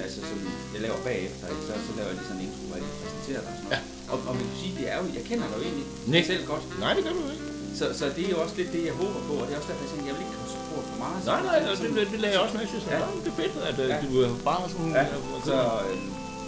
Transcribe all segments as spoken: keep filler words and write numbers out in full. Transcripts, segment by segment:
altså som jeg laver bagefter, så, så laver jeg lige sådan en intro, hvor jeg præsenterer dig og sådan noget. Ja. Og, og man kan sige, det er jo, jeg kender dig jo egentlig Nej. selv godt. Nej, det gør du ikke. Så, så det er jo også lidt det, jeg håber på, og det er også derfor, jeg tænker, jeg vil ikke kunne spore for meget. Nej, nej, det, det, det lagde jeg også mærke til. Ja. Det er fedt, at ja. du er bare sådan... Ja, så... Øh,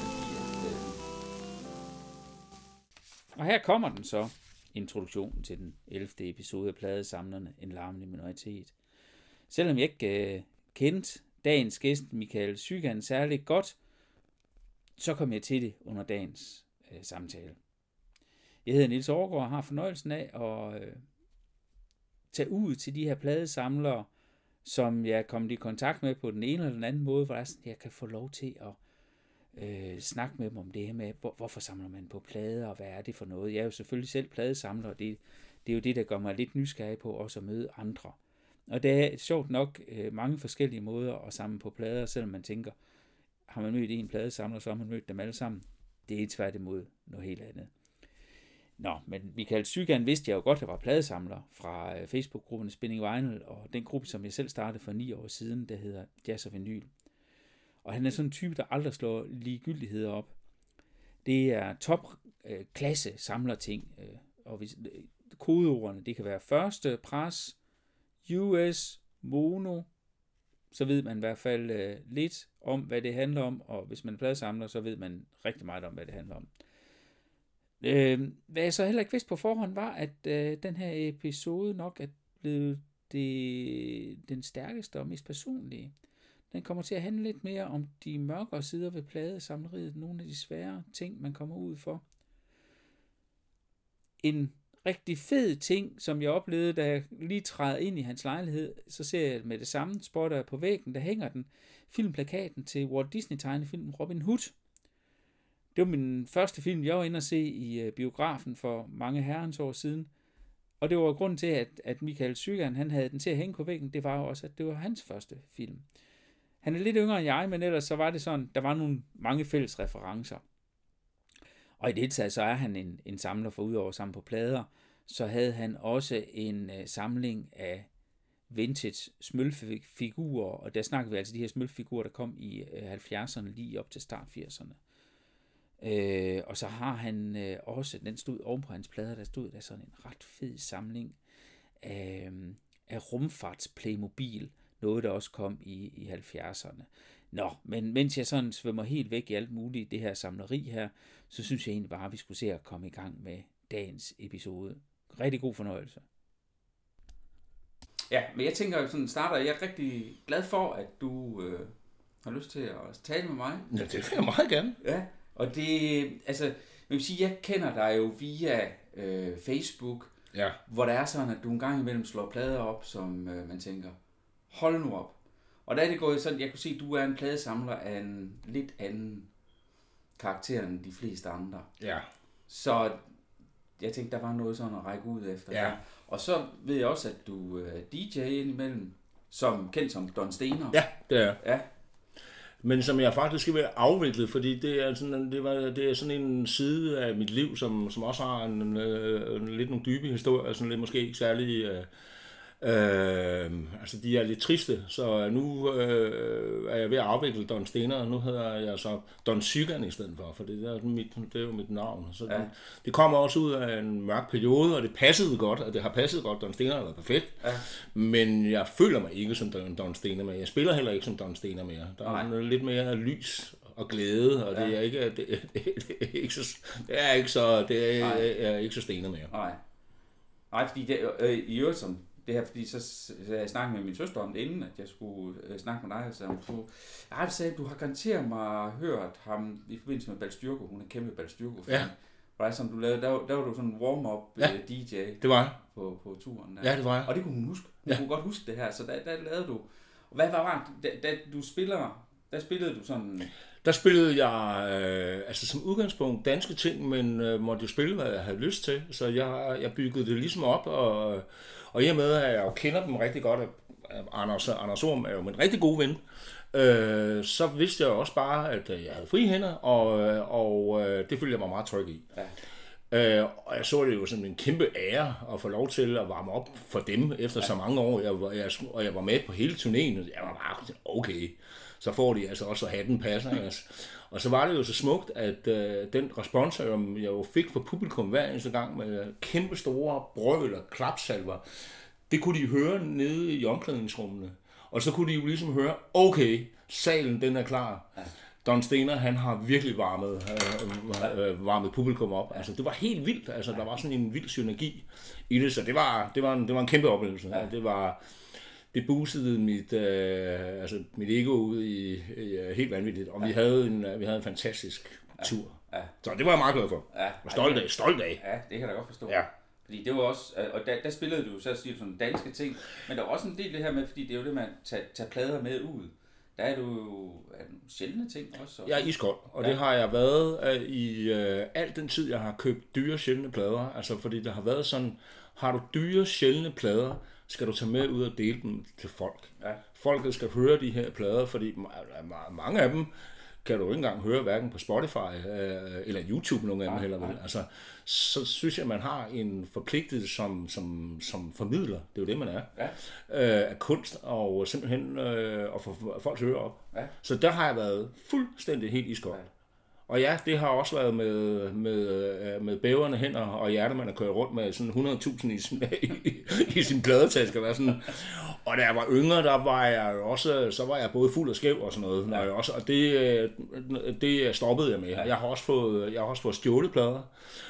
og her kommer den så, introduktionen til den ellevte episode af Pladesamlerne, En larmende minoritet. Selvom jeg ikke øh, kendte dagens gæst, Michael Zygan, særligt godt, så kom jeg til det under dagens øh, samtale. Jeg hedder Niels Overgaard og har fornøjelsen af at øh, tage ud til de her pladesamlere, som jeg er kommet i kontakt med på den ene eller den anden måde, hvor jeg, sådan, jeg kan få lov til at øh, snakke med dem om det her med, hvor, hvorfor samler man på plader, og hvad er det for noget. Jeg er jo selvfølgelig selv pladesamler, og det, det er jo det, der gør mig lidt nysgerrig på også at møde andre. Og det er sjovt nok øh, mange forskellige måder at samle på plader, selvom man tænker, har man mødt en pladesamler, så har man mødt dem alle sammen. Det er tværtimod noget helt andet. Nå, men Michael Zygan vidste jeg jo godt, at jeg var pladesamler fra øh, Facebook-gruppen Spinning Vinyl, og den gruppe, som jeg selv startede for ni år siden, der hedder Jazz og Vinyl. Og han er sådan en type, der aldrig slår ligegyldigheder op. Det er top-klasse øh, samlerting, øh, og hvis, øh, kodeordene, det kan være første pres, U S, mono, så ved man i hvert fald øh, lidt om, hvad det handler om, og hvis man er pladesamler, så ved man rigtig meget om, hvad det handler om. Øh, hvad jeg så heller ikke vidste på forhånd, var, at øh, den her episode nok er blevet det, den stærkeste og mest personlige. Den kommer til at handle lidt mere om de mørkere sider ved pladesamleriet, nogle af de svære ting, man kommer ud for. En rigtig fed ting, som jeg oplevede, da jeg lige træder ind i hans lejlighed, så ser jeg med det samme, spotter på væggen, der hænger den filmplakaten til Walt Disney-tegnefilmen Robin Hood. Det var min første film, jeg var inde at se i biografen for mange herrens år siden. Og det var grunden til, at, at Michael Zygan, han havde den til at hænge på væggen, det var jo også, at det var hans første film. Han er lidt yngre end jeg, men ellers så var det sådan, der var nogle mange fælles referencer. Og i det taget, så er han en, en samler, for udover sammen på plader, så havde han også en uh, samling af vintage smølfefigurer, og der snakker vi altså de her smølfefigurer, der kom i uh, halvfjerdserne lige op til start firserne. Uh, og så har han uh, også, den stod oven på hans plader, der stod der sådan en ret fed samling af, af rumfarts-Playmobil, noget der også kom i, i halvfjerdserne. Nå, men mens jeg sådan svømmer helt væk i alt muligt det her samleri her, så synes jeg egentlig bare, at vi skulle se at komme i gang med dagens episode. Rigtig god fornøjelse. Ja, men jeg tænker sådan starter, jeg er rigtig glad for, at du øh, har lyst til at tale med mig. Ja, det vil jeg meget gerne. Ja, og det, altså, jeg vil sige, jeg kender dig jo via øh, Facebook, ja. Hvor der er sådan, at du en gang imellem slår plader op, som øh, man tænker, hold nu op. Og der er det gået sådan, jeg kunne se, at du er en pladesamler af en lidt anden karakter end de fleste andre. Ja. Så jeg tænkte, der var noget sådan at række ud efter. Ja. Der. Og så ved jeg også, at du er D J indimellem, som kendt som Don Stener. Ja, det er. Ja. Men som jeg faktisk er ved at afvikle, fordi det er sådan, det var, det er sådan en side af mit liv, som, som også har en, en, en, lidt nogle dybe historier, sådan lidt måske ikke særlig... Øh, Øh, altså de er lidt triste, så nu øh, er jeg ved at afvikle Don Stener, og nu hedder jeg så Don Zygan i stedet for, for det er, mit, det er jo mit navn. Så ja. det, det kommer også ud af en mørk periode, og det passede godt, og det har passet godt. Don Stener har været perfekt, ja. Men jeg føler mig ikke som Don, Don Stener mere. Jeg spiller heller ikke som Don Stener mere. Der er Nej. lidt mere lys og glæde, og ja. det er ikke det, det, det er ikke så det er ikke så det er, er ikke så Stener mere. Nej. Nej, fordi det øh, i øvrigt som det her, fordi så, så jeg snakkede med min søster om det inden, at jeg skulle øh, snakke med dig, og så du, jeg sagde, du har garanteret mig hørt ham i forbindelse med Balstyrko, hun er kæmpe Balstyrko-fan. Ja. Hvor det, som du lavede, der, der var du sådan en warm-up ja. D J det var. På, på turen. Der. Ja, det var jeg. Og det kunne hun huske. Hun ja. kunne godt huske det her, så der, der lavede du. Og hvad var det, da, da du spiller, der spillede du sådan... Der spillede jeg øh, altså som udgangspunkt danske ting, men øh, måtte jo spille, hvad jeg havde lyst til, så jeg, jeg byggede det ligesom op, og Og i og med, at jeg jo kender dem rigtig godt, Anders, Anders Orm er jo min rigtig gode ven, øh, så vidste jeg også bare, at jeg havde frie hænder, og, og øh, det følte jeg mig meget tryg i. Ja. Øh, og jeg så det jo som en kæmpe ære at få lov til at varme op for dem efter ja. så mange år, jeg var, jeg, og jeg var med på hele turnéen, og jeg var bare, okay, så får de altså også hatten passer. Altså. Og så var det jo så smukt, at øh, den respons, jeg jo fik fra publikum hver eneste gang med kæmpe store brøl og klapsalver, det kunne de høre nede i omklædningsrummene. Og så kunne de jo ligesom høre, okay, salen den er klar. Ja. Don Stener, han har virkelig varmet, øh, øh, varmet publikum op. Altså, det var helt vildt. Altså, der var sådan en vild synergi i det, så det var, det var, en, det var en kæmpe oplevelse. Ja. Det var, det boostede mit, øh, altså, mit ego ud i, i helt vanvittigt, og ja. vi havde en, vi havde en fantastisk ja. tur. Ja. Så det var jeg meget glad for. Ja. Og stolt af, stolt af. Ja, det kan jeg da godt forstå. Ja. Fordi det var også, og der, der spillede du så siger sådan danske ting, men der var også en del det her med, fordi det er jo det, man tager, tager plader med ud. Der er du jo er sjældne ting også. Jeg er iskold, og ja. det har jeg været uh, i uh, al den tid, jeg har købt dyre sjældne plader. Altså fordi der har været sådan, har du dyre sjældne plader, skal du tage med ud og dele dem til folk. Ja. Folket skal høre de her plader, fordi mange af dem kan du ikke engang høre, hverken på Spotify øh, eller YouTube, nogle af dem heller vel. Altså, så synes jeg, at man har en forpligtelse som, som, som formidler, det er jo det, man er, ja. øh, af kunst, og simpelthen øh, at få folks øre op. Ja. Så der har jeg været fuldstændig helt iskold. Ja. Og ja, det har også været med, med, med bæverne hænder og hjertet, man har kørt rundt med sådan hundrede tusind i sin, i, i sin pladetaske. Sådan. Og da jeg var yngre, der var jeg også, så var jeg både fuld og skæv og sådan noget. Ja. Og, også, og det, det stoppede jeg med. Ja. Jeg har også fået, jeg har også fået stjålet plader,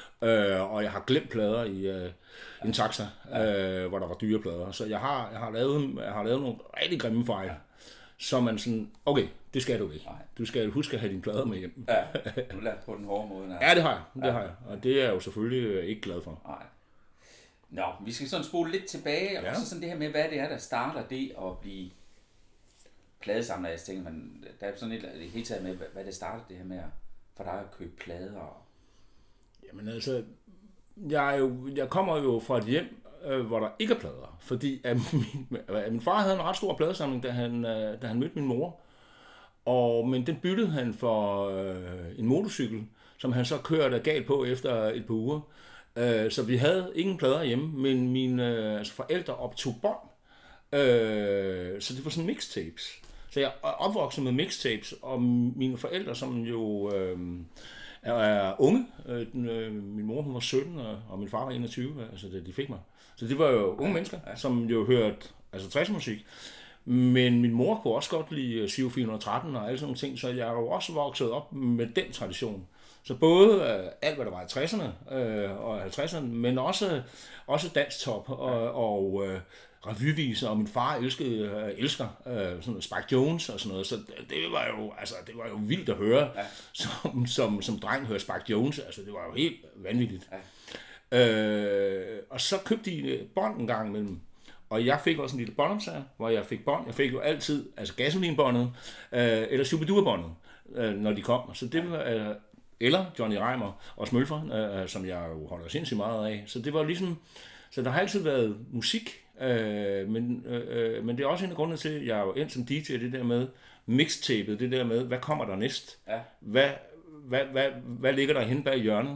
øh, og jeg har glemt plader i øh, en taxa, øh, hvor der var dyre plader. Så jeg har, jeg har, lavet, jeg har lavet nogle rigtig grimme fejl. Ja. Så man sådan, okay, det skal du ikke. Nej. Du skal huske at have dine plader med hjem. Ja, du lader på den hårde måde. Ja, det har jeg. Det ja. har jeg. Og det er jeg jo selvfølgelig ikke glad for. Nej. Nå, vi skal sådan spole lidt tilbage, og ja. så sådan det her med, hvad det er, der starter det at blive pladesamler. Jeg tænker, man, der er sådan et helt taget med, hvad det starter det her med for dig at købe plader. Og... Jamen altså, jeg, er jo, jeg kommer jo fra et hjem, hvor der ikke er plader, fordi at min, at min far havde en ret stor pladesamling, da han, da han mødte min mor, og, men den byttede han for øh, en motorcykel, som han så kørte galt på efter et par uger, øh, så vi havde ingen plader hjemme, men mine øh, altså forældre optog bånd, øh, så det var sådan mixtapes, så jeg er opvokset med mixtapes, og mine forældre, som jo øh, er unge, øh, den, øh, min mor hun var sytten, og, og min far var enogtyve, altså da de fik mig. Så det var jo unge mennesker, som jo hørte altså tres-musik. Men min mor kunne også godt lide C O fire hundrede og tretten og alle sådan nogle ting, så jeg er jo også vokset op med den tradition. Så både øh, alt, hvad der var i tresserne øh, og halvtredserne, men også, også dansktop og, og øh, revyviser, og min far elskede, øh, elsker øh, sådan Spike Jones og sådan noget, så det var jo, altså, det var jo vildt at høre, ja. som, som, som dreng høre Spike Jones, altså det var jo helt vanvittigt. Ja. Øh, og så købte de bånd en gang imellem, og jeg fik også en lille båndomsager, hvor jeg fik bånd. Jeg fik jo altid, altså gasolinbåndet, øh, eller Shubidua-båndet, øh, når de kom. Så det var, øh, eller Johnny Reimer og Smølfer, øh, som jeg jo holder sindssygt meget af. Så det var ligesom, så der har altid været musik, øh, men, øh, men det er også en af grundene til, at jeg er jo endt som D J, det der med mixtapet, det der med, hvad kommer der næst? Ja. Hvad, hvad, hvad, hvad ligger der henne bag hjørnet?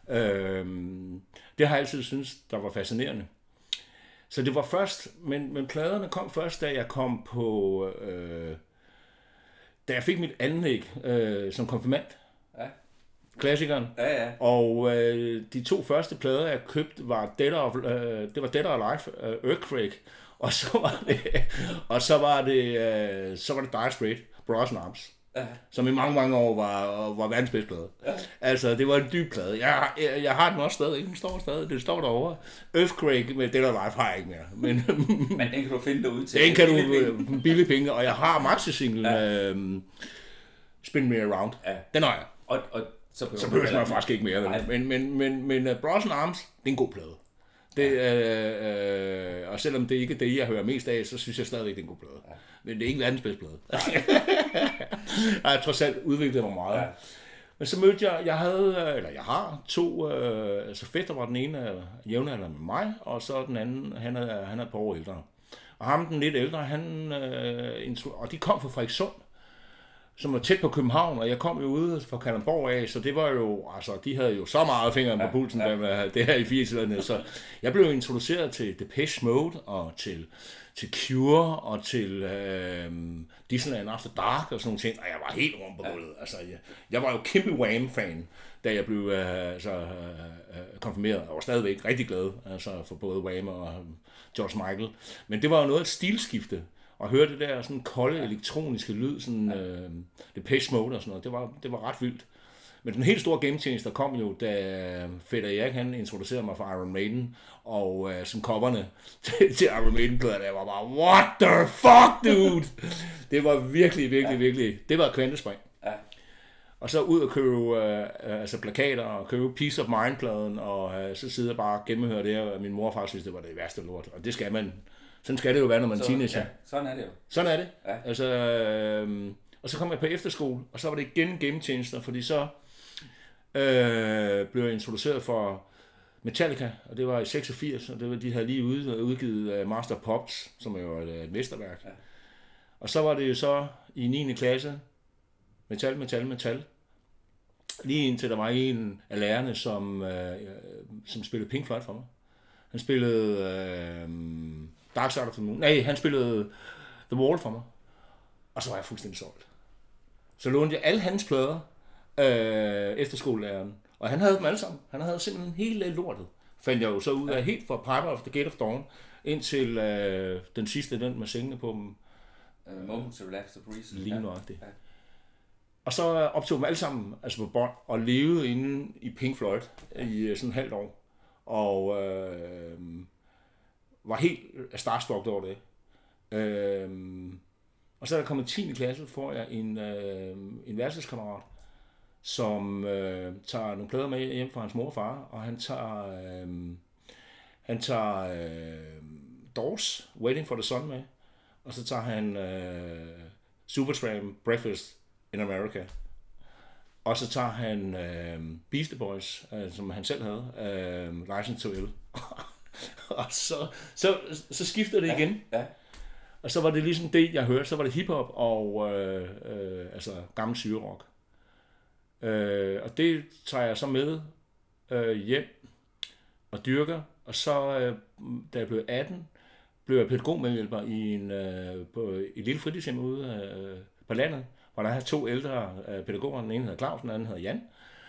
Øhm, det har jeg altid syntes, der var fascinerende. Så det var først, men, men pladerne kom først, da jeg kom på, øh, da jeg fik mit anlæg øh, som konfirmand. Ja. Klassikeren. Ja, ja. Og øh, de to første plader, jeg købte, var Dead or, øh, det var Dead or Alive, øh, Earthquake, og så var det, og så var det, øh, så var det Dire Straits, Brothers in Arms. Ja. Som i mange, mange år var, var verdens bedste plade. Ja. Altså, det var en dyb plade. Jeg, jeg, jeg har den også stadig. Den står stadig. Det står derovre. Earthquake med Dead or Alive har jeg ikke mere. Men, men den kan du finde derude til. Den kan du billige penge. Og jeg har maxi-singlen ja. øhm, Spin Me Around. Ja. Den har jeg. Og, og så behøver, så behøver man faktisk ikke mere. Men, men, men, men uh, Brothers in Arms, det er en god plade. Det, øh, øh, og selvom det ikke er det, jeg hører mest af, så synes jeg stadigvæk, det er en god plade. Ja. Men det er ikke verdens bedste plade. Jeg har trods alt udviklet mig meget. Ja. Men så mødte jeg, jeg havde, eller jeg har to, øh, altså fætter var den ene jævnaldrende med mig, og så den anden, han er, han er et par år ældre. Og ham, den lidt ældre, han, øh, og de kom fra Frederikssund. som var tæt på København, og jeg kom jo ude fra Kalundborg af, så det var jo, altså, de havde jo så meget fingeren på ja, pulsen, ja. Der, det her i firserne, så jeg blev introduceret til Depeche Mode, og til, til Cure, og til øh, Disneyland After Dark, og sådan nogle ting, og jeg var helt rundt på gulvet, ja. Altså, jeg, jeg var jo kæmpe Wham-fan, da jeg blev øh, altså, øh, konfirmeret, og var stadigvæk rigtig glad, altså, for både Wham og George Michael, men det var jo noget af et stilskifte, og høre det der sådan kolde elektroniske lyd, sådan ja. øh, Depeche Mode og sådan noget, det var, det var ret vildt. Men den helt store game change, der kom jo, da Fætter Erik, han introducerede mig for Iron Maiden, og øh, sådan coverne til, til Iron Maiden-plader, der var bare, what the fuck, dude! Det var virkelig, virkelig, ja. virkelig, det var et kvantespring. Ja. Og så ud og købe øh, altså plakater, og købe Peace of Mind-pladen, og øh, så sidder jeg bare og gennemhøre det, og min mor og far synes, det var det værste lort, og det skal man. Sådan skal det jo være, når man er teenager. Ja, sådan er det jo. Sådan er det. Ja. Altså, øh, og så kom jeg på efterskole, og så var det igen game changer, fordi så øh, blev jeg introduceret for Metallica, og det var i seksogfirs, og det var, de havde lige ude, udgivet uh, Master of Puppets, som er jo et, et mesterværk. Ja. Og så var det jo så i niende klasse, metal, metal, metal. Lige indtil der var en af lærerne, som, øh, som spillede Pink Floyd for mig. Han spillede øh, Dark Side of the Moon. Nej, han spillede The Wall for mig. Og så var jeg fuldstændig solgt. Så lånte jeg alle hans plader øh, efter skolelæreren. Og han havde dem alle sammen. Han havde simpelthen hele lortet. Fandt jeg jo så ud af helt fra Piper of the Gate of Dawn indtil øh, den sidste, den med sengene på dem. Uh, Moment to Relax the Breeze. Lige nøjagtigt. Ja. Og så optog dem alle sammen altså på bånd og levede inde i Pink Floyd i sådan et halvt år. Og øh, var helt starstruck over det. Øh, og så er der kommet tiende klasse, får jeg en, øh, en værelseskammerat, som øh, tager nogle plader med hjem fra hans mor og far, og han tager, øh, han tager øh, Doors, Waiting for the Sun med, og så tager han øh, Supertramp, Breakfast in America. Og så tager han øh, Beastie Boys, øh, som han selv havde, øh, License to Ill. Og så, så, så skifter det igen. Ja, ja. Og så var det ligesom det, jeg hørte. Så var det hiphop og øh, øh, altså gammel syrerock. Øh, og det tager jeg så med øh, hjem og dyrker. Og så, øh, da jeg blev atten, blev jeg pædagogmedhjælper i en øh, på et lille fritidshjem ude øh, på landet, hvor der er to ældre øh, pædagoger. Den ene hedder Claus, den anden hedder Jan.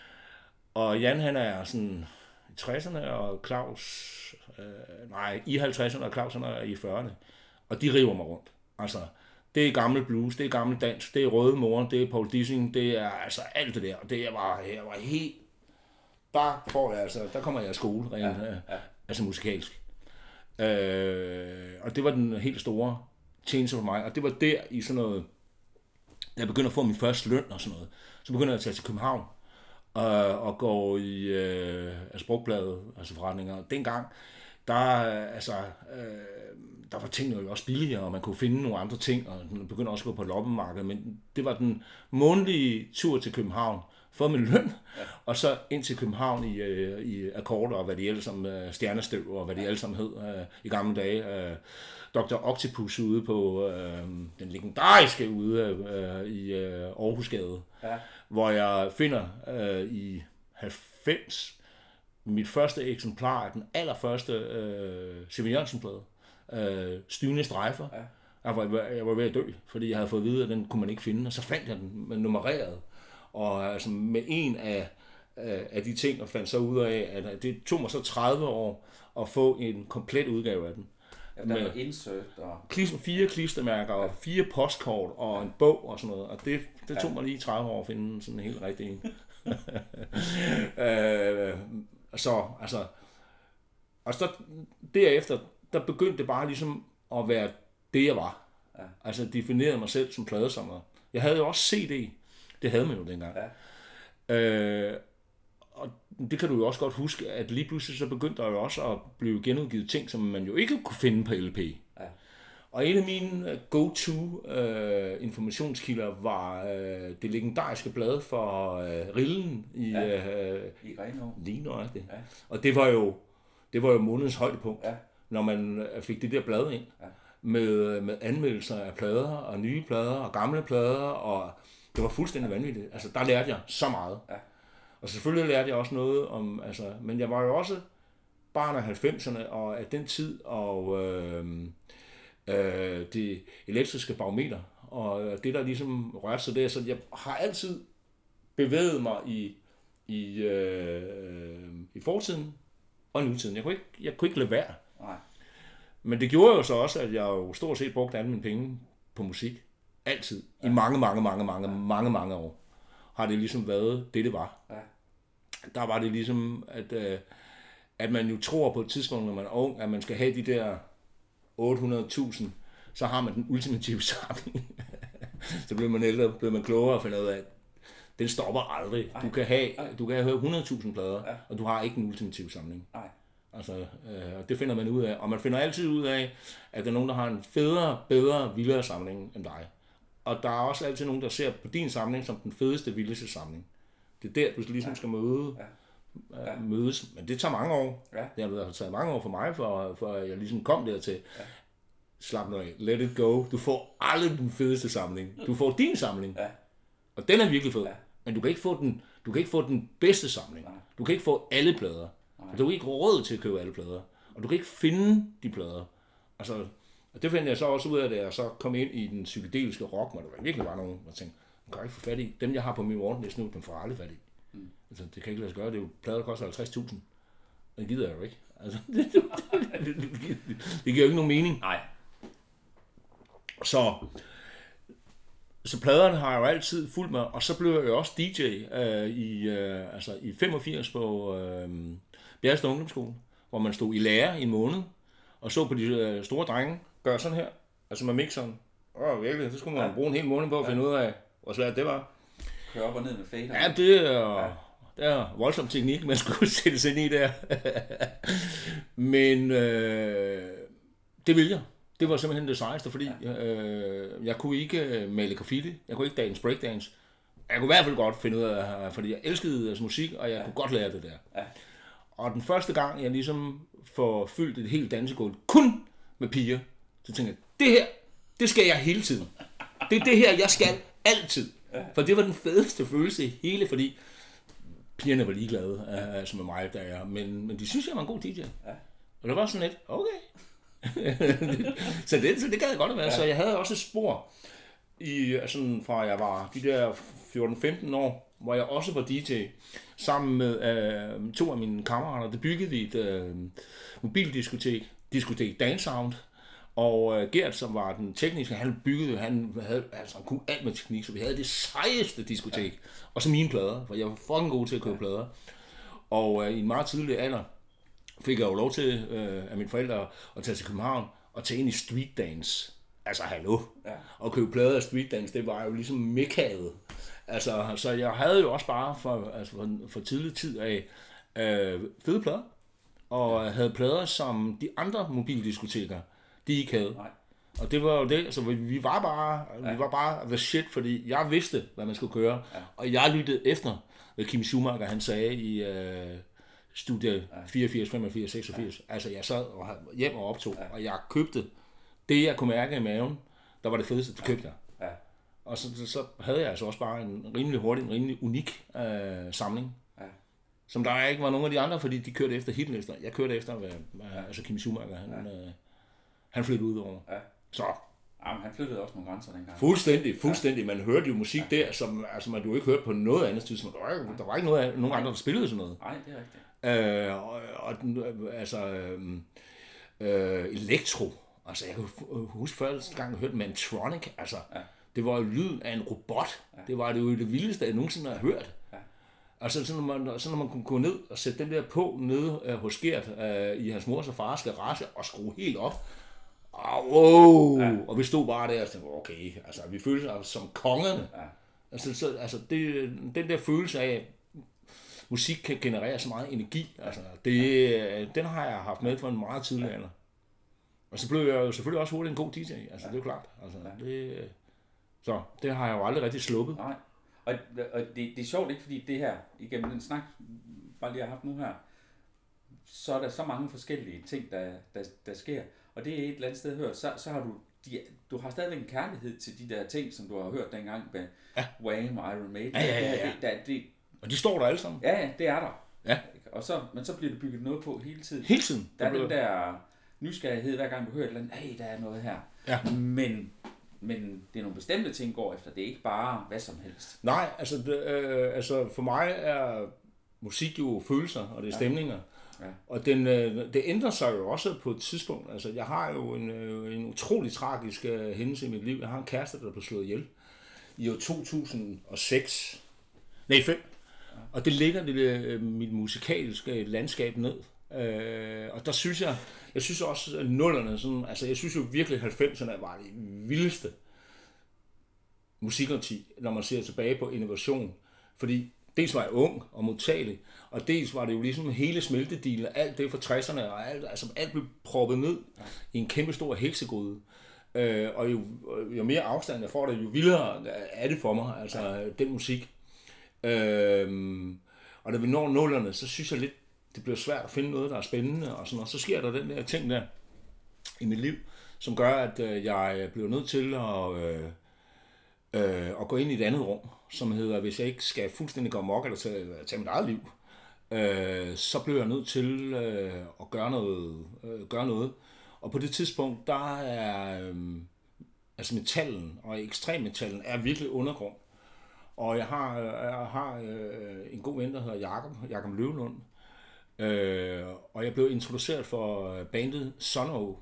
Og Jan, han er sådan i tresserne, og Claus, øh, nej, i halvtredserne, og Claus, han er i fyrrerne. Og de river mig rundt. Altså, det er gammel blues, det er gammel dans, det er Røde Mor, det er Paul Dissing, det er altså alt det der. Og det var, jeg var helt, der får jeg altså, der kommer jeg i skole, rent, ja, ja. altså musikalsk. Øh, og det var den helt store tjeneste for mig, og det var der i sådan noget, da jeg begyndte at få min første løn og sådan noget, så begyndte jeg at tage til København øh, og gå i øh, altså brugbladet, altså forretninger. Dengang, der, altså, øh, der var tingene jo også billigere, og man kunne finde nogle andre ting, og man begyndte også at gå på loppemarkedet, men det var den månedlige tur til København, fået min løn, ja. Og så ind til København i, øh, i akkorder, og hvad de alle sammen, øh, stjernestøv, og hvad de alle sammen hed øh, i gamle dage. Øh, doktor Octopus ude på øh, den legendariske ude øh, i øh, Aarhusgade, ja. Hvor jeg finder øh, i halvfems mit første eksemplar af den allerførste øh, C V Jørgensen-plade, øh, Styvende Strejfer. Ja. Jeg, var, jeg var ved at dø, fordi jeg havde fået at vide, at den kunne man ikke finde, og så fandt jeg den med nummereret. Og altså med en af, af de ting, og fandt så ud af, at det tog mig så tredive år at få en komplet udgave af den. Ja, der med insert og fire klistermærker og fire postkort og en bog og sådan noget. Og det, det tog mig lige tredive år at finde sådan en helt rigtig en. øh, så altså, og så derefter, der begyndte det bare ligesom at være det, jeg var. Ja. Altså definerede mig selv som pladesamler. Jeg havde jo også C D. Det havde man jo dengang. Ja. Øh, og det kan du jo også godt huske, at lige pludselig så begyndte der jo også at blive genudgivet ting, som man jo ikke kunne finde på L P. Ja. Og en af mine go-to øh, informationskilder var øh, det legendariske blad for øh, Rillen i, ja. øh, I Grenaa. Lige nøjagtigt. Ja. Og det var jo det var jo månedens højdepunkt, ja. Når man fik det der blad ind. med, med anmeldelser af plader, og nye plader, og gamle plader, og det var fuldstændig vanvittigt. Altså, der lærte jeg så meget. Ja. Og selvfølgelig lærte jeg også noget om, altså, men jeg var jo også barn af halvfemserne, og af den tid, og øh, øh, det elektriske barometer, og det, der ligesom rørte sig der, så jeg har altid bevæget mig i, i, øh, i fortiden og nutiden. Jeg kunne ikke, jeg kunne ikke lade være. Nej. Men det gjorde jo så også, at jeg jo stort set brugte alle mine penge på musik. Altid. Ja. I mange, mange, mange, mange, ja. mange, mange år. Har det ligesom været det, det var. Ja. Der var det ligesom, at, øh, at man jo tror på et tidspunkt, når man er ung, at man skal have de der otte hundrede tusind, så har man den ultimative samling. Så bliver man ældre, bliver man klogere og finder ud af, at den stopper aldrig. Du kan have, du kan have hundrede tusind plader, ja. Og du har ikke den ultimative samling. Nej. Altså, øh, det finder man ud af. Og man finder altid ud af, at der er nogen, der har en federe, bedre, vildere samling end dig. Og der er også altid nogen, der ser på din samling som den fedeste, vildeste samling. Det er der, du ligesom skal møde, ja. øh, mødes. Men det tager mange år. Ja. Det har taget mange år for mig, for, for jeg ligesom kom dertil. Ja. Slap nu af. Let it go. Du får aldrig den fedeste samling. Du får din samling. Ja. Og den er virkelig fed. Ja. Men du kan ikke få den, du kan ikke få den bedste samling. Nej. Du kan ikke få alle plader. Nej. Du kan ikke råd til at købe alle plader. Og du kan ikke finde de plader. Altså, og det fandt jeg så også ud af, da jeg så kom ind i den psykedeliske rock, hvor der virkelig var nogen, der tænkte, man kan ikke få fat i. Dem, jeg har på min ordentlige nu, dem får jeg aldrig fat i. Mm. Altså, det kan ikke lade sig gøre. Det er jo plader, der koster halvtreds tusind. Det gider jeg jo ikke. Altså, det, det, det, det, det, det giver jo ikke nogen mening. Nej. Så, så pladerne har jeg jo altid fulgt med, og så blev jeg jo også D J øh, i, øh, altså i femogfirs på øh, Bjergstad Ungdomsskole, hvor man stod i lære i en måned, og så på de øh, store drenge gøre sådan her, altså med mixeren. Åh, virkelig, så skulle man ja. bruge en hel måned på at finde ja. ud af, hvor svært det var. Køre op og ned med fader. Ja, det er, ja. det er voldsom teknik, man skulle sætte sig ind i der. Men øh, det ville jeg. Det var simpelthen det sejeste, fordi ja. øh, jeg kunne ikke male graffiti, jeg kunne ikke dance breakdance. Jeg kunne i hvert fald godt finde ud af, fordi jeg elskede altså, musik, og jeg ja. kunne godt lære det der. Ja. Og den første gang, jeg ligesom får fyldt et helt dansegulv kun med piger, så tænkte jeg, det her, det skal jeg hele tiden. Det er det her, jeg skal altid. Ja. For det var den fedeste følelse i hele, fordi pigerne var ligeglade ja. altså med mig, der jeg, men, men de synes, jeg var en god D J. Ja. Og det var sådan lidt, okay. så, det, så det gad jeg godt at være. Ja. Så jeg havde også et spor i, sådan, fra jeg var de der fjorten femten år, hvor jeg også var D J sammen med øh, to af mine kammerater. Det byggede vi et øh, mobildiskotek, diskotek Dance Sound, og øh, Gert, som var den tekniske, han byggede, han havde, altså han kunne alt med teknik, så vi havde det sejeste diskotek. Ja. Og så mine plader, for jeg var fucking god til at købe ja. plader. Og øh, i en meget tidlig alder fik jeg jo lov til øh, af mine forældre at tage til København og tage ind i street dance. Altså hallo. Ja. Og købe plader af street dance, det var jo ligesom mekkaet. Altså, så jeg havde jo også bare for, altså for, for tidlig tid af øh, fede plader. Og ja. havde plader, som de andre mobildiskoteker, de ikke havde. Nej. Og det var jo det, så vi var bare, ja. vi var bare the shit, fordi jeg vidste, hvad man skulle køre. Ja. Og jeg lyttede efter, hvad Kim Schumacher han sagde i øh, studie fireogfirs, femogfirs, seksogfirs. Ja. Altså jeg sad og hjem og optog, ja. og jeg købte det, jeg kunne mærke i maven, der var det fedeste, det købte jeg. Ja. Ja. Og så, så havde jeg altså også bare en rimelig hurtig, en rimelig unik øh, samling. Ja. Som der ikke var nogen af de andre, fordi de kørte efter hitlister. Jeg kørte efter, hvad, ja. altså Kim Schumacher, han, ja. øh, han flyttede ud over. Ja. Så. Jamen, han flyttede også nogle grænser dengang. Fuldstændig, fuldstændig. Man hørte jo musik ja. der, som altså, man jo ikke hørte på noget andet tidspunkt. Der var, der var ikke noget, nogen andre, der spillede sådan noget. Nej, det er rigtigt. Øh, og, og den, altså, øh, øh, elektro. Altså, jeg kan huske første gang, jeg hørte Mantronic. Altså, ja. det var jo lyden af en robot. Ja. Det var det jo det vildeste, jeg nogensinde har hørt. Ja. Altså, så når, man, så når man kunne gå ned og sætte den der på nede øh, hos Gert øh, i hans mors og fars garage og skrue helt op. Oh, wow. ja. Og vi stod bare der og tænkte, okay, altså, vi følte os som kongerne. Ja. Altså, så, altså det, den der følelse af, musik kan generere så meget energi, altså, det, ja. den har jeg haft med for en meget tidlig alder. Og så blev jeg jo selvfølgelig også hurtigt en god D J, altså ja. det er jo klart. Altså, ja. det, så det har jeg jo aldrig rigtig sluppet. Nej, og, og det, det er sjovt ikke, fordi det her, igennem den snak, bare lige har haft nu her, så er der så mange forskellige ting, der, der, der sker. og det er et eller andet sted hørt, så, så har du, de, du har stadigvæk en kærlighed til de der ting, som du har hørt dengang med ja. Wham og Iron Maiden. Ja, ja, ja. ja. Det, det, det, og de står der alle sammen. Ja, ja, det er der. Ja. Og så, men så bliver det bygget noget på hele tiden. Hele tiden. Der er den der nysgerrighed, hver gang du hører et eller andet, hey, der er noget her. Ja. Men, men det er nogle bestemte ting, går efter. Det er ikke bare hvad som helst. Nej, altså, det, øh, altså for mig er musik jo følelser, og det er stemninger. Ja. Ja. Og den, øh, det ændrer sig jo også på et tidspunkt. Altså, jeg har jo en, øh, en utrolig tragisk øh, hændelse i mit liv. Jeg har en kæreste, der blev slået ihjel i år to tusind og seks. Nej, fem. Ja. Og det ligger det, øh, mit musikalske landskab ned. Øh, og der synes jeg, jeg synes også, at nullerne, sådan, altså jeg synes jo virkelig, at halvfemserne var det vildeste musikårti, når man ser tilbage på innovation. Fordi dels var jeg ung og modtagelig, og dels var det jo ligesom hele smeltedilen, alt det fra tresserne, og alt, altså alt blev proppet ned ja. i en kæmpe stor heksegryde. Øh, og jo, jo mere afstand jeg får det, jo vildere er det for mig, altså ja. den musik. Øh, og da vi når nullerne, så synes jeg lidt, det bliver svært at finde noget, der er spændende, og sådan, og så sker der den der ting der i mit liv, som gør, at øh, jeg bliver nødt til at, øh, øh, at gå ind i et andet rum, som hedder, hvis jeg ikke skal fuldstændig gå amok eller tage, tage mit eget liv, øh, så bliver jeg nødt til øh, at gøre noget, øh, gøre noget. Og på det tidspunkt, der er øh, altså metallen og ekstremmetallen er virkelig undergrund. Og jeg har, jeg har øh, en god ven, der hedder Jakob, Jakob Løvelund, øh, og jeg blev introduceret for bandet Sono.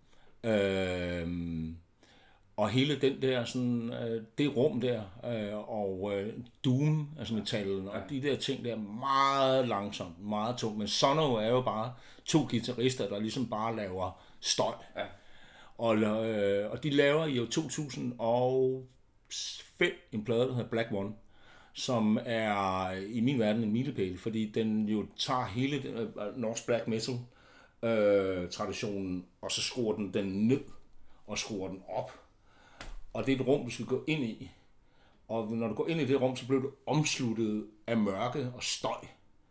Øh, og hele den der, sådan, øh, det rum der, øh, og øh, Doom, altså metallen, og de der ting der, meget langsomt, meget tungt. Men Sono er jo bare to guitarister, der ligesom bare laver støj. Ja. Og, øh, og de laver i år to tusind og fem en plade, der hedder Black One, som er i min verden en milepæl, fordi den jo tager hele den, uh, norsk black metal øh, traditionen, og så skruer den den ned, og skruer den op. Og det er et rum, du skal gå ind i. Og når du går ind i det rum, så bliver du omsluttet af mørke og støj.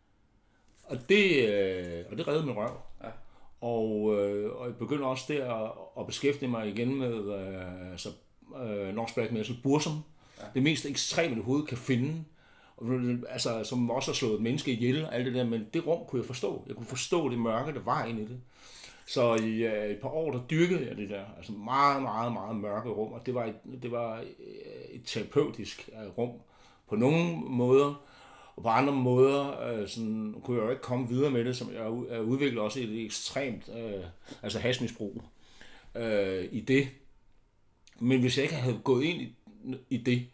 Og det, øh, og det redder min røv. Ja. Og, øh, og jeg begynder også der at, at beskæftige mig igen med øh, altså, øh, norsk black metal, Burzum. Ja. Det mest ekstreme, du overhovedet kan finde. Altså, som også har slået et menneske ihjel og alt det der, men det rum kunne jeg forstå. Jeg kunne forstå det mørke, der var inde i det. Så i uh, et par år, der dyrkede jeg det der, altså meget, meget, meget mørke rum, og det var et, det var et terapeutisk uh, rum på nogle måder, og på andre måder uh, sådan, kunne jeg jo ikke komme videre med det, som jeg udviklede også et ekstremt uh, altså hashmisbrug uh, i det. Men hvis jeg ikke havde gået ind i, i det,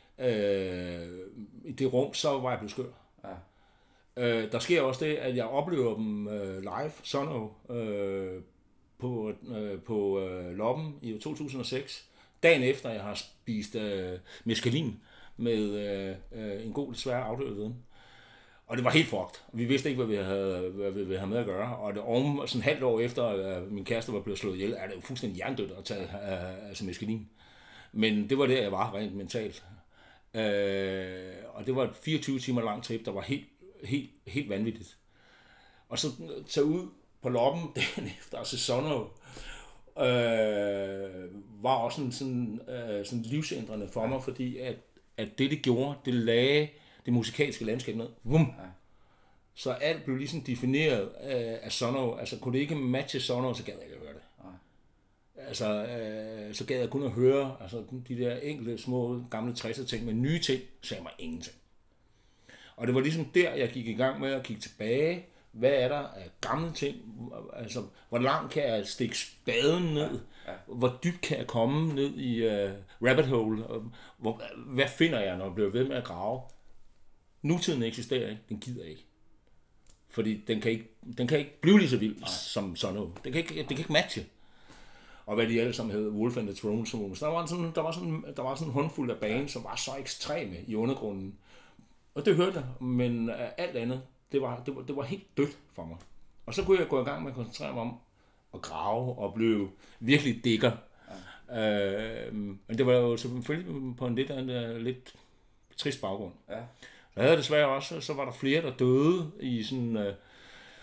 uh, i det rum, så var jeg blevet skør. Ja. Øh, der sker også det, at jeg oplever dem øh, live, Sono, øh, på, øh, på øh, Loppen i to tusind og seks. Dagen efter, jeg har spist øh, meskalin med øh, en god, desværre afdøvet viden. Og det var helt fucked. Vi vidste ikke, hvad vi havde, hvad vi havde med at gøre. Og det om sådan halvt år efter, at min kæreste var blevet slået ihjel, er det jo fuldstændig hjernedødt at tage øh, altså meskalin. Men det var der, jeg var rent mentalt. Øh, og det var et fireogtyve timer lang trip, der var helt Helt, helt vanvittigt. Og så tage ud på Loppen dagen efter, altså Sono, øh, var også en sådan, øh, sådan livsændrende for mig, fordi at, at det, det gjorde, det lagde det musikalske landskab ned. Vum. Ja. Så alt blev ligesom defineret øh, af Sono. Altså kunne det ikke matche Sono, så gad jeg ikke at høre det. Ja. Altså, øh, så gad jeg kun at høre altså, de der enkelte små gamle tresser ting, men nye ting sagde mig ingenting. Og det var ligesom der, jeg gik i gang med at kigge tilbage. Hvad er der af gamle ting? Altså, hvor langt kan jeg stikke spaden ned? Ja, ja. Hvor dybt kan jeg komme ned i uh, rabbit hole? Hvor, hvad finder jeg, når jeg bliver ved med at grave? Nutiden eksisterer ikke. Den gider ikke. Fordi den kan ikke, den kan ikke blive lige så vild Nej. som sådan noget. Den kan ikke, den kan ikke matche. Og hvad de alle sammen hed, Wolf and the Throne Rooms. Der var sådan, der var sådan, der var sådan en håndfuld af bands, som var så ekstreme i undergrunden. Og det hørte jeg, men alt andet, det var, det var, det var helt dødt for mig. Og så kunne jeg gå i gang med at koncentrere mig om at grave og blive virkelig digger. Ja. Øh, men det var jo selvfølgelig på en lidt, en lidt trist baggrund. Ja. Så havde jeg desværre også, så var der flere, der døde i sådan, øh,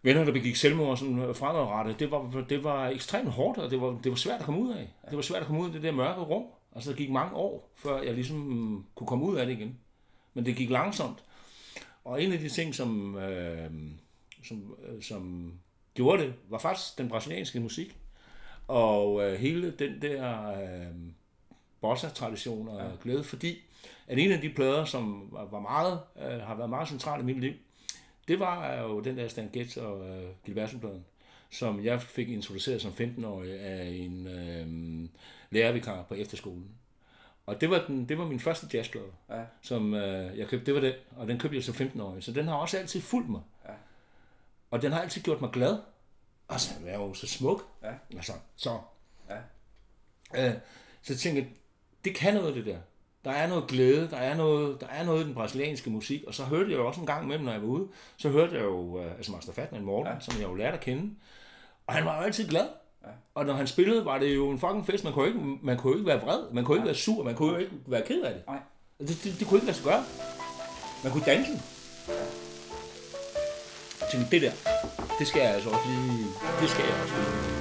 venner, der begik selvmord sådan fremadrettet, det var, det var ekstremt hårdt, og det var, det var svært at komme ud af. Det var svært at komme ud af det der mørke rum. Altså, det gik mange år, før jeg ligesom kunne komme ud af det igen. Men det gik langsomt. Og en af de ting, som, øh, som, øh, som gjorde det, var faktisk den brasilianske musik. Og øh, hele den der øh, bossa-tradition og ja. glæde, fordi at en af de plader, som var meget, øh, har været meget centralt i mit liv, det var jo den der Stan Getz og øh, Gilberto-pladen, som jeg fik introduceret som femten-årig af en øh, lærervikar på efterskolen. Og det var, den, det var min første jazzplade, ja. som øh, jeg købte. Det var den, og den købte jeg som femten-årig. Så den har også altid fulgt mig. Ja. Og den har altid gjort mig glad. Altså, den er jo så smuk. Ja. Altså, så. Ja. Øh, så jeg tænkte, det kan noget, det der. Der er noget glæde, der er noget, der er noget i den brasilianske musik. Og så hørte jeg jo også en gang imellem, når jeg var ude, så hørte jeg jo øh, altså Master Fatman Morten, ja. som jeg jo lærte at kende. Og han var jo altid glad. Ja. Og når han spillede, var det jo en fucking fest. Man kunne ikke, man kunne ikke være vred, man kunne ikke være sur, man kunne jo ikke være ked af det. Nej. Det, det, det kunne ikke lade sig gøre. Man kunne danse. Jeg tænkte, det der, det skal jeg altså også lige, det skal jeg også lige.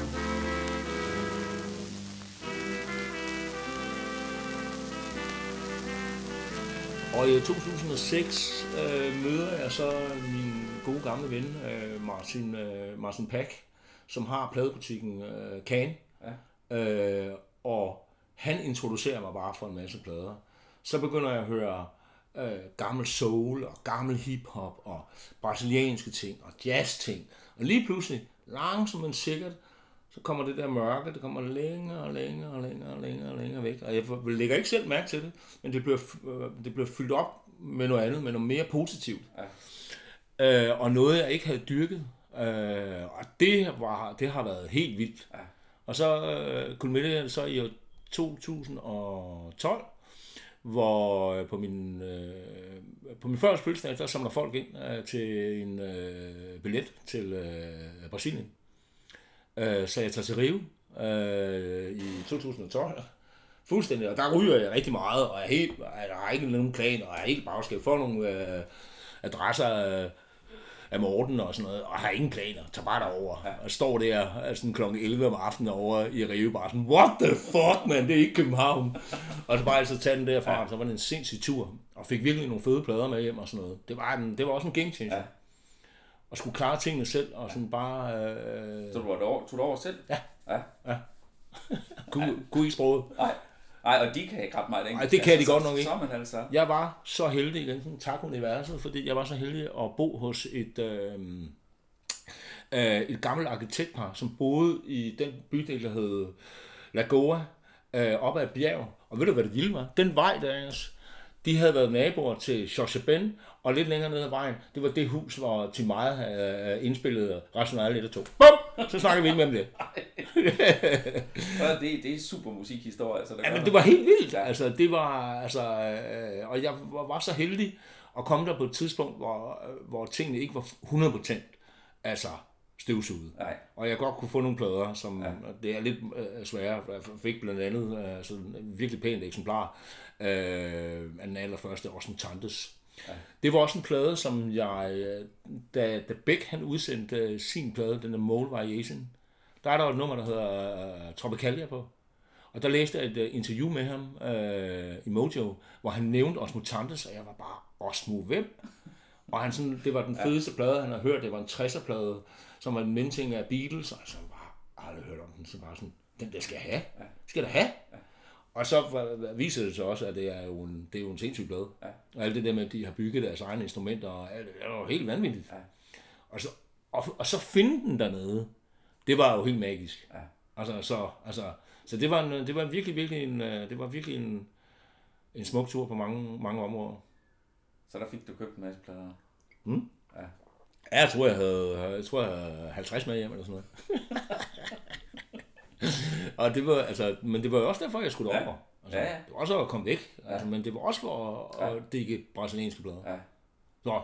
Og i to tusind og seks øh, møder jeg så min gode gamle ven, øh, Martin, øh, Martin Pack, som har pladebutikken øh, Can. Ja. Øh, og han introducerer mig bare for en masse plader. Så begynder jeg at høre øh, gammel soul og gammel hiphop og brasilianske ting og jazz-ting. Og lige pludselig, langsomt men sikkert, så kommer det der mørke, det kommer længere og længere og længere og længere og længere væk. Og jeg lægger ikke selv mærke til det, men det bliver, det bliver fyldt op med noget andet, med noget mere positivt. Ja. Øh, og noget, jeg ikke havde dyrket. Øh, og det, var, det har været helt vildt. Ja. Og så øh, kulminerede jeg så i to tusind og tolv, hvor på min, øh, på min første fødselsdag, der samler folk ind øh, til en øh, billet til øh, Brasilien. Øh, så jeg tager til Rio øh, i to tusind og tolv. Fuldstændig, og der ryger jeg rigtig meget, og jeg, helt, jeg har ikke nogen planer, og jeg er helt bagskab for nogle øh, adresser af, af Morten og sådan noget, og har ingen planer, tager bare derover ja. og står der altså, klokken elleve om aftenen over i Rio, bare sådan, what the fuck, man, det er ikke København. Og så bare altså tage den derfra, ja. så var det en sindssyg tur, og fik virkelig nogle fede plader med hjem og sådan noget. Det var, en, det var også en game changer. Ja. Og skulle klare tingene selv, og sådan bare... Øh... Så du var over, tog du over selv? Ja. Ja. ja. Kunne, kunne ikke sproget. Nej. Nej, og de kan ikke ret meget engelsk. Nej, det kan altså, de godt nok ikke. Så, så altså. Jeg var så heldig i den sådan, tak universet, fordi jeg var så heldig at bo hos et, øh, øh, et gammelt arkitektpar, som boede i den bydel, der hed Lagoa, øh, oppe ad et bjerg. Og ved du, hvad det vilde var? Den vej der, de havde været naboer til Jorge Ben, og lidt længere ned ad vejen, det var det hus, hvor Tim Meyer havde indspillet Rationale et og to. Bum! Så snakker vi ikke mere om det. det, det er super musikhistorie. Altså, ja, men det var helt vildt. Altså, det var, altså, øh, og jeg var, var så heldig at komme der på et tidspunkt, hvor, hvor tingene ikke var hundrede procent altså, støvsuget. Nej. Og jeg godt kunne få nogle plader, som ja. det er lidt øh, svære. Jeg fik blandt andet øh, altså, en virkelig pænt eksemplar øh, af den allerførste, også en Tantes. Ja. Det var også en plade, som jeg, da, da Beck han udsendte sin plade, den der Mole Variation, der er der et nummer, der hedder uh, Tropicalia på. Og der læste jeg et uh, interview med ham uh, i Mojo, hvor han nævnte Osmo Tantes, og jeg var bare, Osmo hvem? Og han sådan, det var den fedeste plade, han havde hørt, det var en tresser-plade, som var en mindting af Beatles, og så bare aldrig hørt om den, så bare sådan, den der skal jeg have, skal jeg da have? Ja. Og så viser det sig også, at det er jo en, det er jo en sindssyg blad. Ja. Og alt det der med, at de har bygget deres egne instrumenter, og alt, det er jo helt vanvittigt. Ja. Og, så, og, og så finde den dernede, det var jo helt magisk. Ja. Altså, så, altså, så det var, en, det var virkelig, virkelig en, det var virkelig en, en smuk tur på mange, mange områder. Så der fik du købt en masse plader? Hmm? Ja. Ja, jeg tror, jeg havde, jeg tror, jeg havde halvtreds med hjem eller sådan noget. Og det var, altså, men det var jo også derfor, jeg skulle over. Altså, ja, ja. Det var også at komme væk, ja. altså, men det var også for at, ja. at dække brasilianske plader. Ja. Så.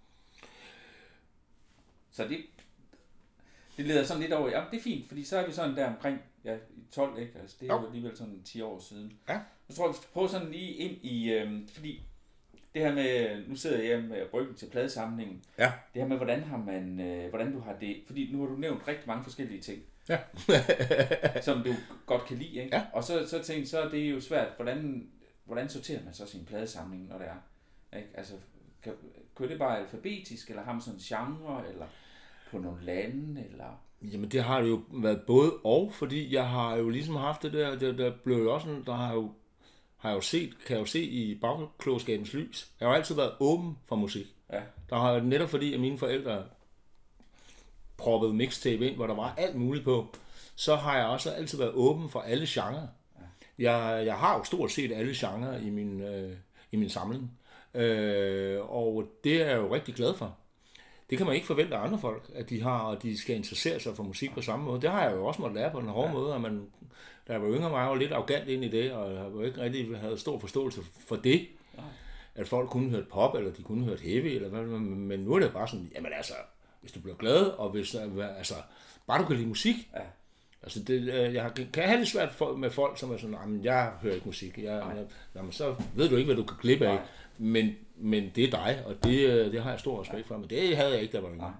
Så det, det leder sådan lidt over, ja, det er fint, fordi så er vi sådan der omkring ja, tolv, ikke? Altså, det er jo alligevel sådan ti år siden. Ja. Så tror jeg, vi skal prøve sådan lige ind i, øhm, fordi det her med, nu sidder jeg hjemme med ryggen til pladesamlingen. Ja. Det her med, hvordan har man, øh, hvordan du har det, fordi nu har du nævnt rigtig mange forskellige ting. Ja. som du godt kan lide, ikke? Ja. Og så, så tænkte så er det jo svært, hvordan, hvordan sorterer man så sin pladesamling, når det er? Ikke? Altså, kan, kører det bare alfabetisk, eller har man sådan en genre, eller på nogle lande, eller... Jamen det har jo været både og, fordi jeg har jo ligesom haft det der, der, der blev jo også, der har jo, har jeg jo set, kan jeg jo se i bagklogskabens lys. Jeg har jo altid været åben for musik. Ja. Der har netop fordi, at mine forældre proppede mixtape ind, hvor der var alt muligt på, så har jeg også altid været åben for alle genrer. Ja. Jeg, jeg har jo stort set alle genrer i min, øh, i min samling, øh, og det er jeg jo rigtig glad for. Det kan man ikke forvente af andre folk, at de har, og de skal interessere sig for musik på samme måde. Det har jeg jo også måttet lære på en hård ja. måde, at man, da jeg var yngre, var jeg jo lidt arrogant ind i det, og jeg var ikke rigtig havde stor forståelse for det. Ja. At folk kunne høre pop, eller de kunne høre heavy, eller hvad, men nu er det bare sådan, jamen altså, hvis du bliver glad, og hvis, altså, bare du kan lide musik. Ja. Altså det, jeg kan have det svært for, med folk, som er sådan, jamen jeg hører ikke musik, jeg, jeg, jamen, så ved du ikke, hvad du kan klippe af. Men, men det er dig, og det, det har jeg stor respekt for, men det havde jeg ikke, der var yngre.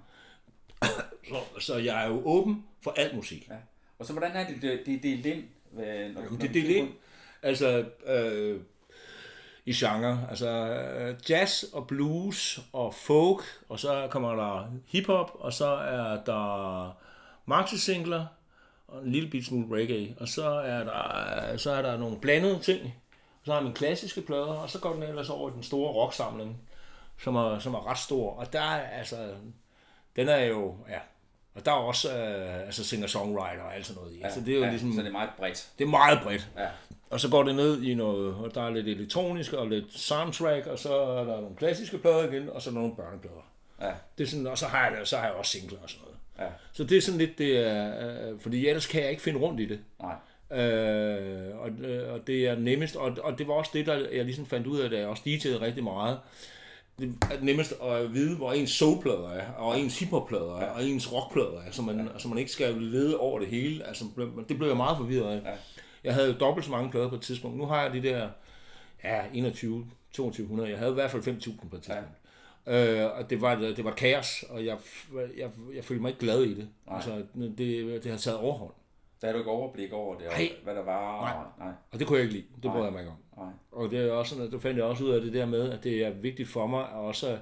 så, så jeg er jo åben for al musik. Ja. Og så hvordan er det, det, det er delt ind? Når, Jamen, det er delt ind, altså øh, i genre, altså jazz og blues og folk, og så kommer der hiphop, og så er der maxi-singler, og en lille bit smule reggae, og så er der, så er der nogle blandede ting. Så har jeg mine klassiske plader, og så går den ellers over i den store rocksamling, som er, som er ret stor. Og der er altså, den er jo, ja, og der er også øh, altså singer-songwriter og alt sådan noget i. Ja, så det er jo ja, ligesom, så det er meget bredt. Det er meget bredt. Ja. Og så går det ned i noget, og der er lidt elektronisk og lidt soundtrack, og så er der nogle klassiske plader igen, og så nogle børneplader. Ja. Det er sådan, og så har jeg, så har jeg også singler og sådan noget. Ja. Så det er sådan lidt, det er, øh, fordi ellers kan jeg ikke finde rundt i det. Nej. Øh, og, og det er nemmest, og, og det var også det, der jeg ligesom fandt ud af, da jeg også D J'ede rigtig meget. Det er nemmest at vide, hvor ens soulplader er, og ens hiphopplader er, og ens rockplader er, så man, ja. så man ikke skal lede over det hele. Altså, det blev jeg meget forvirret af. Ja. Jeg havde jo dobbelt så mange plader på et tidspunkt. Nu har jeg de der ja, enogtyve til toogtyve hundrede. Jeg havde i hvert fald fem tusind på et tidspunkt. Ja. Øh, og det var, det var kaos, og jeg, jeg, jeg følte mig ikke glad i det. Altså, det, det har taget overhånd. Der er du ikke overblik over det, og hvad der var. Nej. Og, nej. Og det kunne jeg ikke lide. Det brød jeg mig ikke om. Nej. Og det er også sådan, at du fandt jeg også ud af det der med, at det er vigtigt for mig, at også,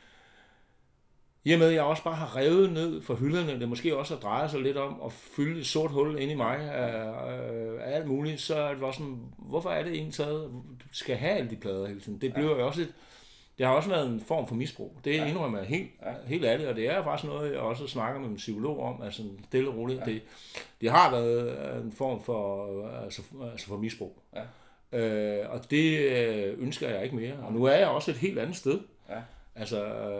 i og med, at jeg også bare har revet ned for hylderne, det måske også drejer sig lidt om at fylde et sort hul inde i mig af, af alt muligt, så er det også sådan, hvorfor er det egentlig taget, du skal have alle de plader hele tiden. Det bliver jo også et, det har også været en form for misbrug. Det ja. indrømmer jeg helt, ja. helt af det, og det er faktisk noget, jeg også snakker med en psykolog om, altså stille og roligt. Ja. Det, det har været en form for, altså, altså for misbrug. Ja. Øh, og det øh, ønsker jeg ikke mere. Og nu er jeg også et helt andet sted. Ja. Altså,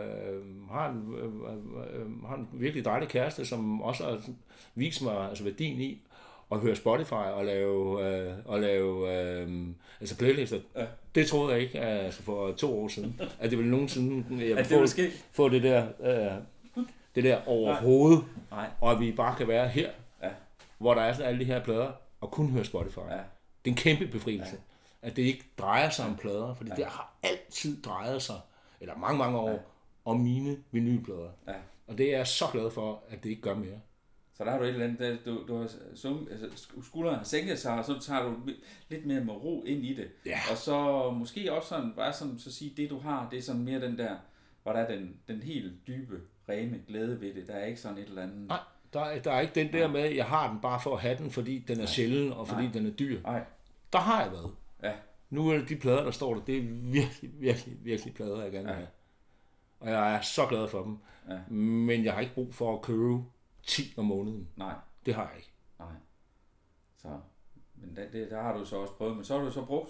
øh, har, en, øh, øh, har en virkelig dejlig kæreste, som også har vist mig altså, værdien i at høre Spotify og lave, øh, og lave øh, altså playlister. Ja. Det troede jeg ikke altså for to år siden, at det ville nogensinde jeg ville få, det få det der, øh, det der overhovedet, Nej. og at vi bare kan være her, ja. hvor der er sådan alle de her plader, og kun høre Spotify. Ja. Det er en kæmpe befrielse, ja. at det ikke drejer sig om plader, fordi ja. det har altid drejet sig, eller mange, mange år, ja. om mine vinylplader. Ja. Og det er jeg så glad for, at det ikke gør mere. Så der har du et eller andet, du, du har sunget, altså skuldrene har sænket sig, og så tager du lidt mere med ro ind i det. Ja. Og så måske også sådan, bare sådan, så sige, det du har, det er sådan mere den der, hvor der er den, den helt dybe, rene glæde ved det. Der er ikke sådan et eller andet... Nej, der er, der er ikke den der med, jeg har den bare for at have den, fordi den er Nej. sjælden, og fordi Nej. den er dyr. Nej. Der har jeg været. Ja. Nu er det de plader, der står der, det er virkelig, virkelig, virkelig plader, jeg gerne vil ja. have. Og jeg er så glad for dem. Ja. Men jeg har ikke brug for at købe ti om måneden. Nej. Det har jeg ikke. Nej. Så, men det, det, der har du så også prøvet, men så har du så brugt,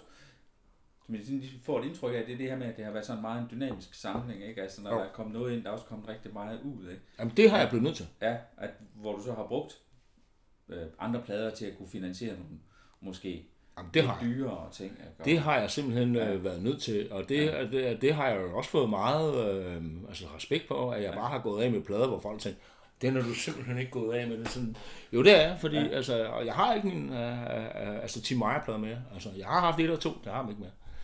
som jeg får et indtryk af, det er det her med, at det har været sådan meget en dynamisk samling, ikke? Altså, når jo. der er kommet noget ind, der er også kommet rigtig meget ud, ikke? Jamen, det har jeg blevet nødt til. Ja, at, hvor du så har brugt øh, andre plader til at kunne finansiere nogle, måske Jamen, det har dyrere ting. Det har jeg simpelthen ja. øh, været nødt til, og det, ja. det, det har jeg jo også fået meget øh, altså respekt på, at jeg ja. bare har gået af med plader, hvor folk tænker, den er du simpelthen ikke gået af med. Det sådan, jo, det er, fordi ja. altså, jeg har ikke min uh, uh, altså Tim Meyer-plade med. Altså, jeg har haft et eller to, det har jeg ikke med.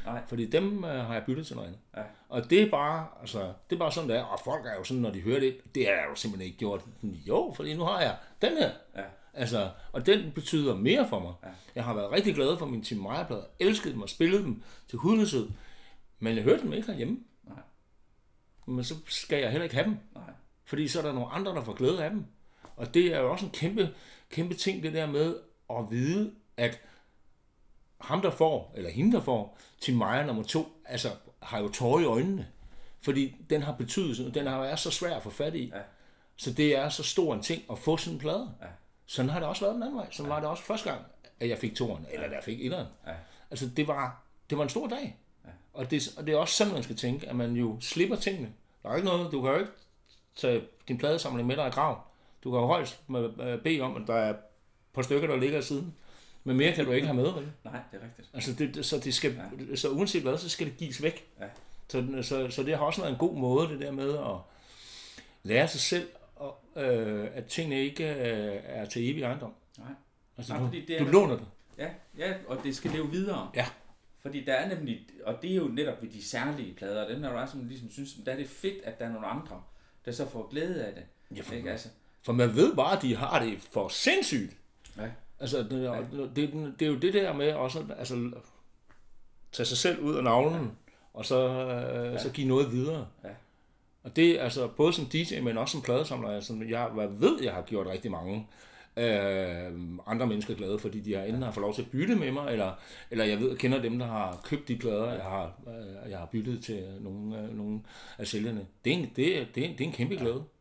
Nej. Fordi dem øh, har jeg byttet til noget andet. Ja. Og det er bare, altså, det er bare sådan, det er. Og folk er jo sådan, når de hører det, det har jeg jo simpelthen ikke gjort. Jo, fordi nu har jeg den her. Ja. Altså, og den betyder mere for mig. Ja. Jeg har været rigtig glad for mine Tim Meyer-plader, elsket dem og spillet dem til hudløshed, men jeg hørte dem ikke herhjemme. Nej. Men så skal jeg heller ikke have dem. Nej. Fordi så er der nogle andre, der får glæde af dem. Og det er jo også en kæmpe, kæmpe ting, det der med at vide, at ham, der får, eller hende, der får, Tim Meyer nummer to, altså har jo tårer i øjnene. Fordi den har betydelse, den har været så svær at få fat i. Ja. Så det er så stor en ting at få sådan en plade. Ja. Sådan har det også været den anden vej. Sådan ja. var det også første gang, at jeg fik toeren, eller da jeg fik etteren. Ja. Altså det var, det var en stor dag. Ja. Og, det, og det er også sådan, man skal tænke, at man jo slipper tingene. Der er ikke noget, du kan jo ikke tage din pladesamling med dig i grav. Du kan jo højst bede om, at der er et par stykker, der ligger i siden. Men mere kan du ikke have med, vel? Nej, det er rigtigt. Altså det, så, det skal, ja. så uanset hvad, så skal det gives væk. Ja. Så, så, så det har også været en god måde, det der med at lære sig selv, og, øh, at tingene ikke øh, er til evig ejendom. Nej. Altså, Nej, du, det er, du låner det. Ja, ja, og det skal leve videre. Ja. Fordi der er nemlig, og det er jo netop ved de særlige plader, dem der er som ligesom synes, der er det fedt, at der er nogle andre, der så får glæde af det. Ja, for, ikke? Altså. for man ved bare, at de har det for sindssygt. Ja. Altså, det, ja. det, det er jo det der med også, altså, tage sig selv ud af navlen, ja. og så, øh, ja. så give noget videre. Ja. Og det er altså både som D J, men også som pladesamler, altså, jeg hvad ved, jeg har gjort rigtig mange øh, andre mennesker glade, fordi de har enten har fået lov til at bytte med mig, eller, eller jeg ved, jeg kender dem, der har købt de plader, ja. jeg, har, øh, jeg har byttet til nogle, øh, nogle af sælgerne. Det er en, det er, det er en, det er en kæmpe glæde. Ja.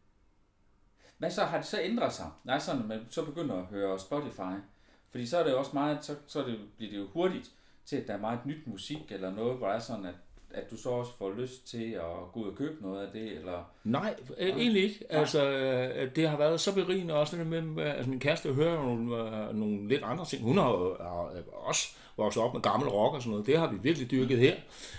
Men så har det så ændret sig? Nej, sådan, man så begynder at høre Spotify. Fordi så er det også meget, så, så det, bliver det jo hurtigt til, at der er meget nyt musik, eller noget, hvor det er sådan, at, at du så også får lyst til at gå ud og købe noget af det, eller... Nej, ja. egentlig ikke. Nej. Altså, det har været så berigende også, med, altså min kæreste hører nogle, nogle lidt andre ting. Hun har jo også vokset op med gammel rock og sådan noget. Det har vi virkelig dyrket her.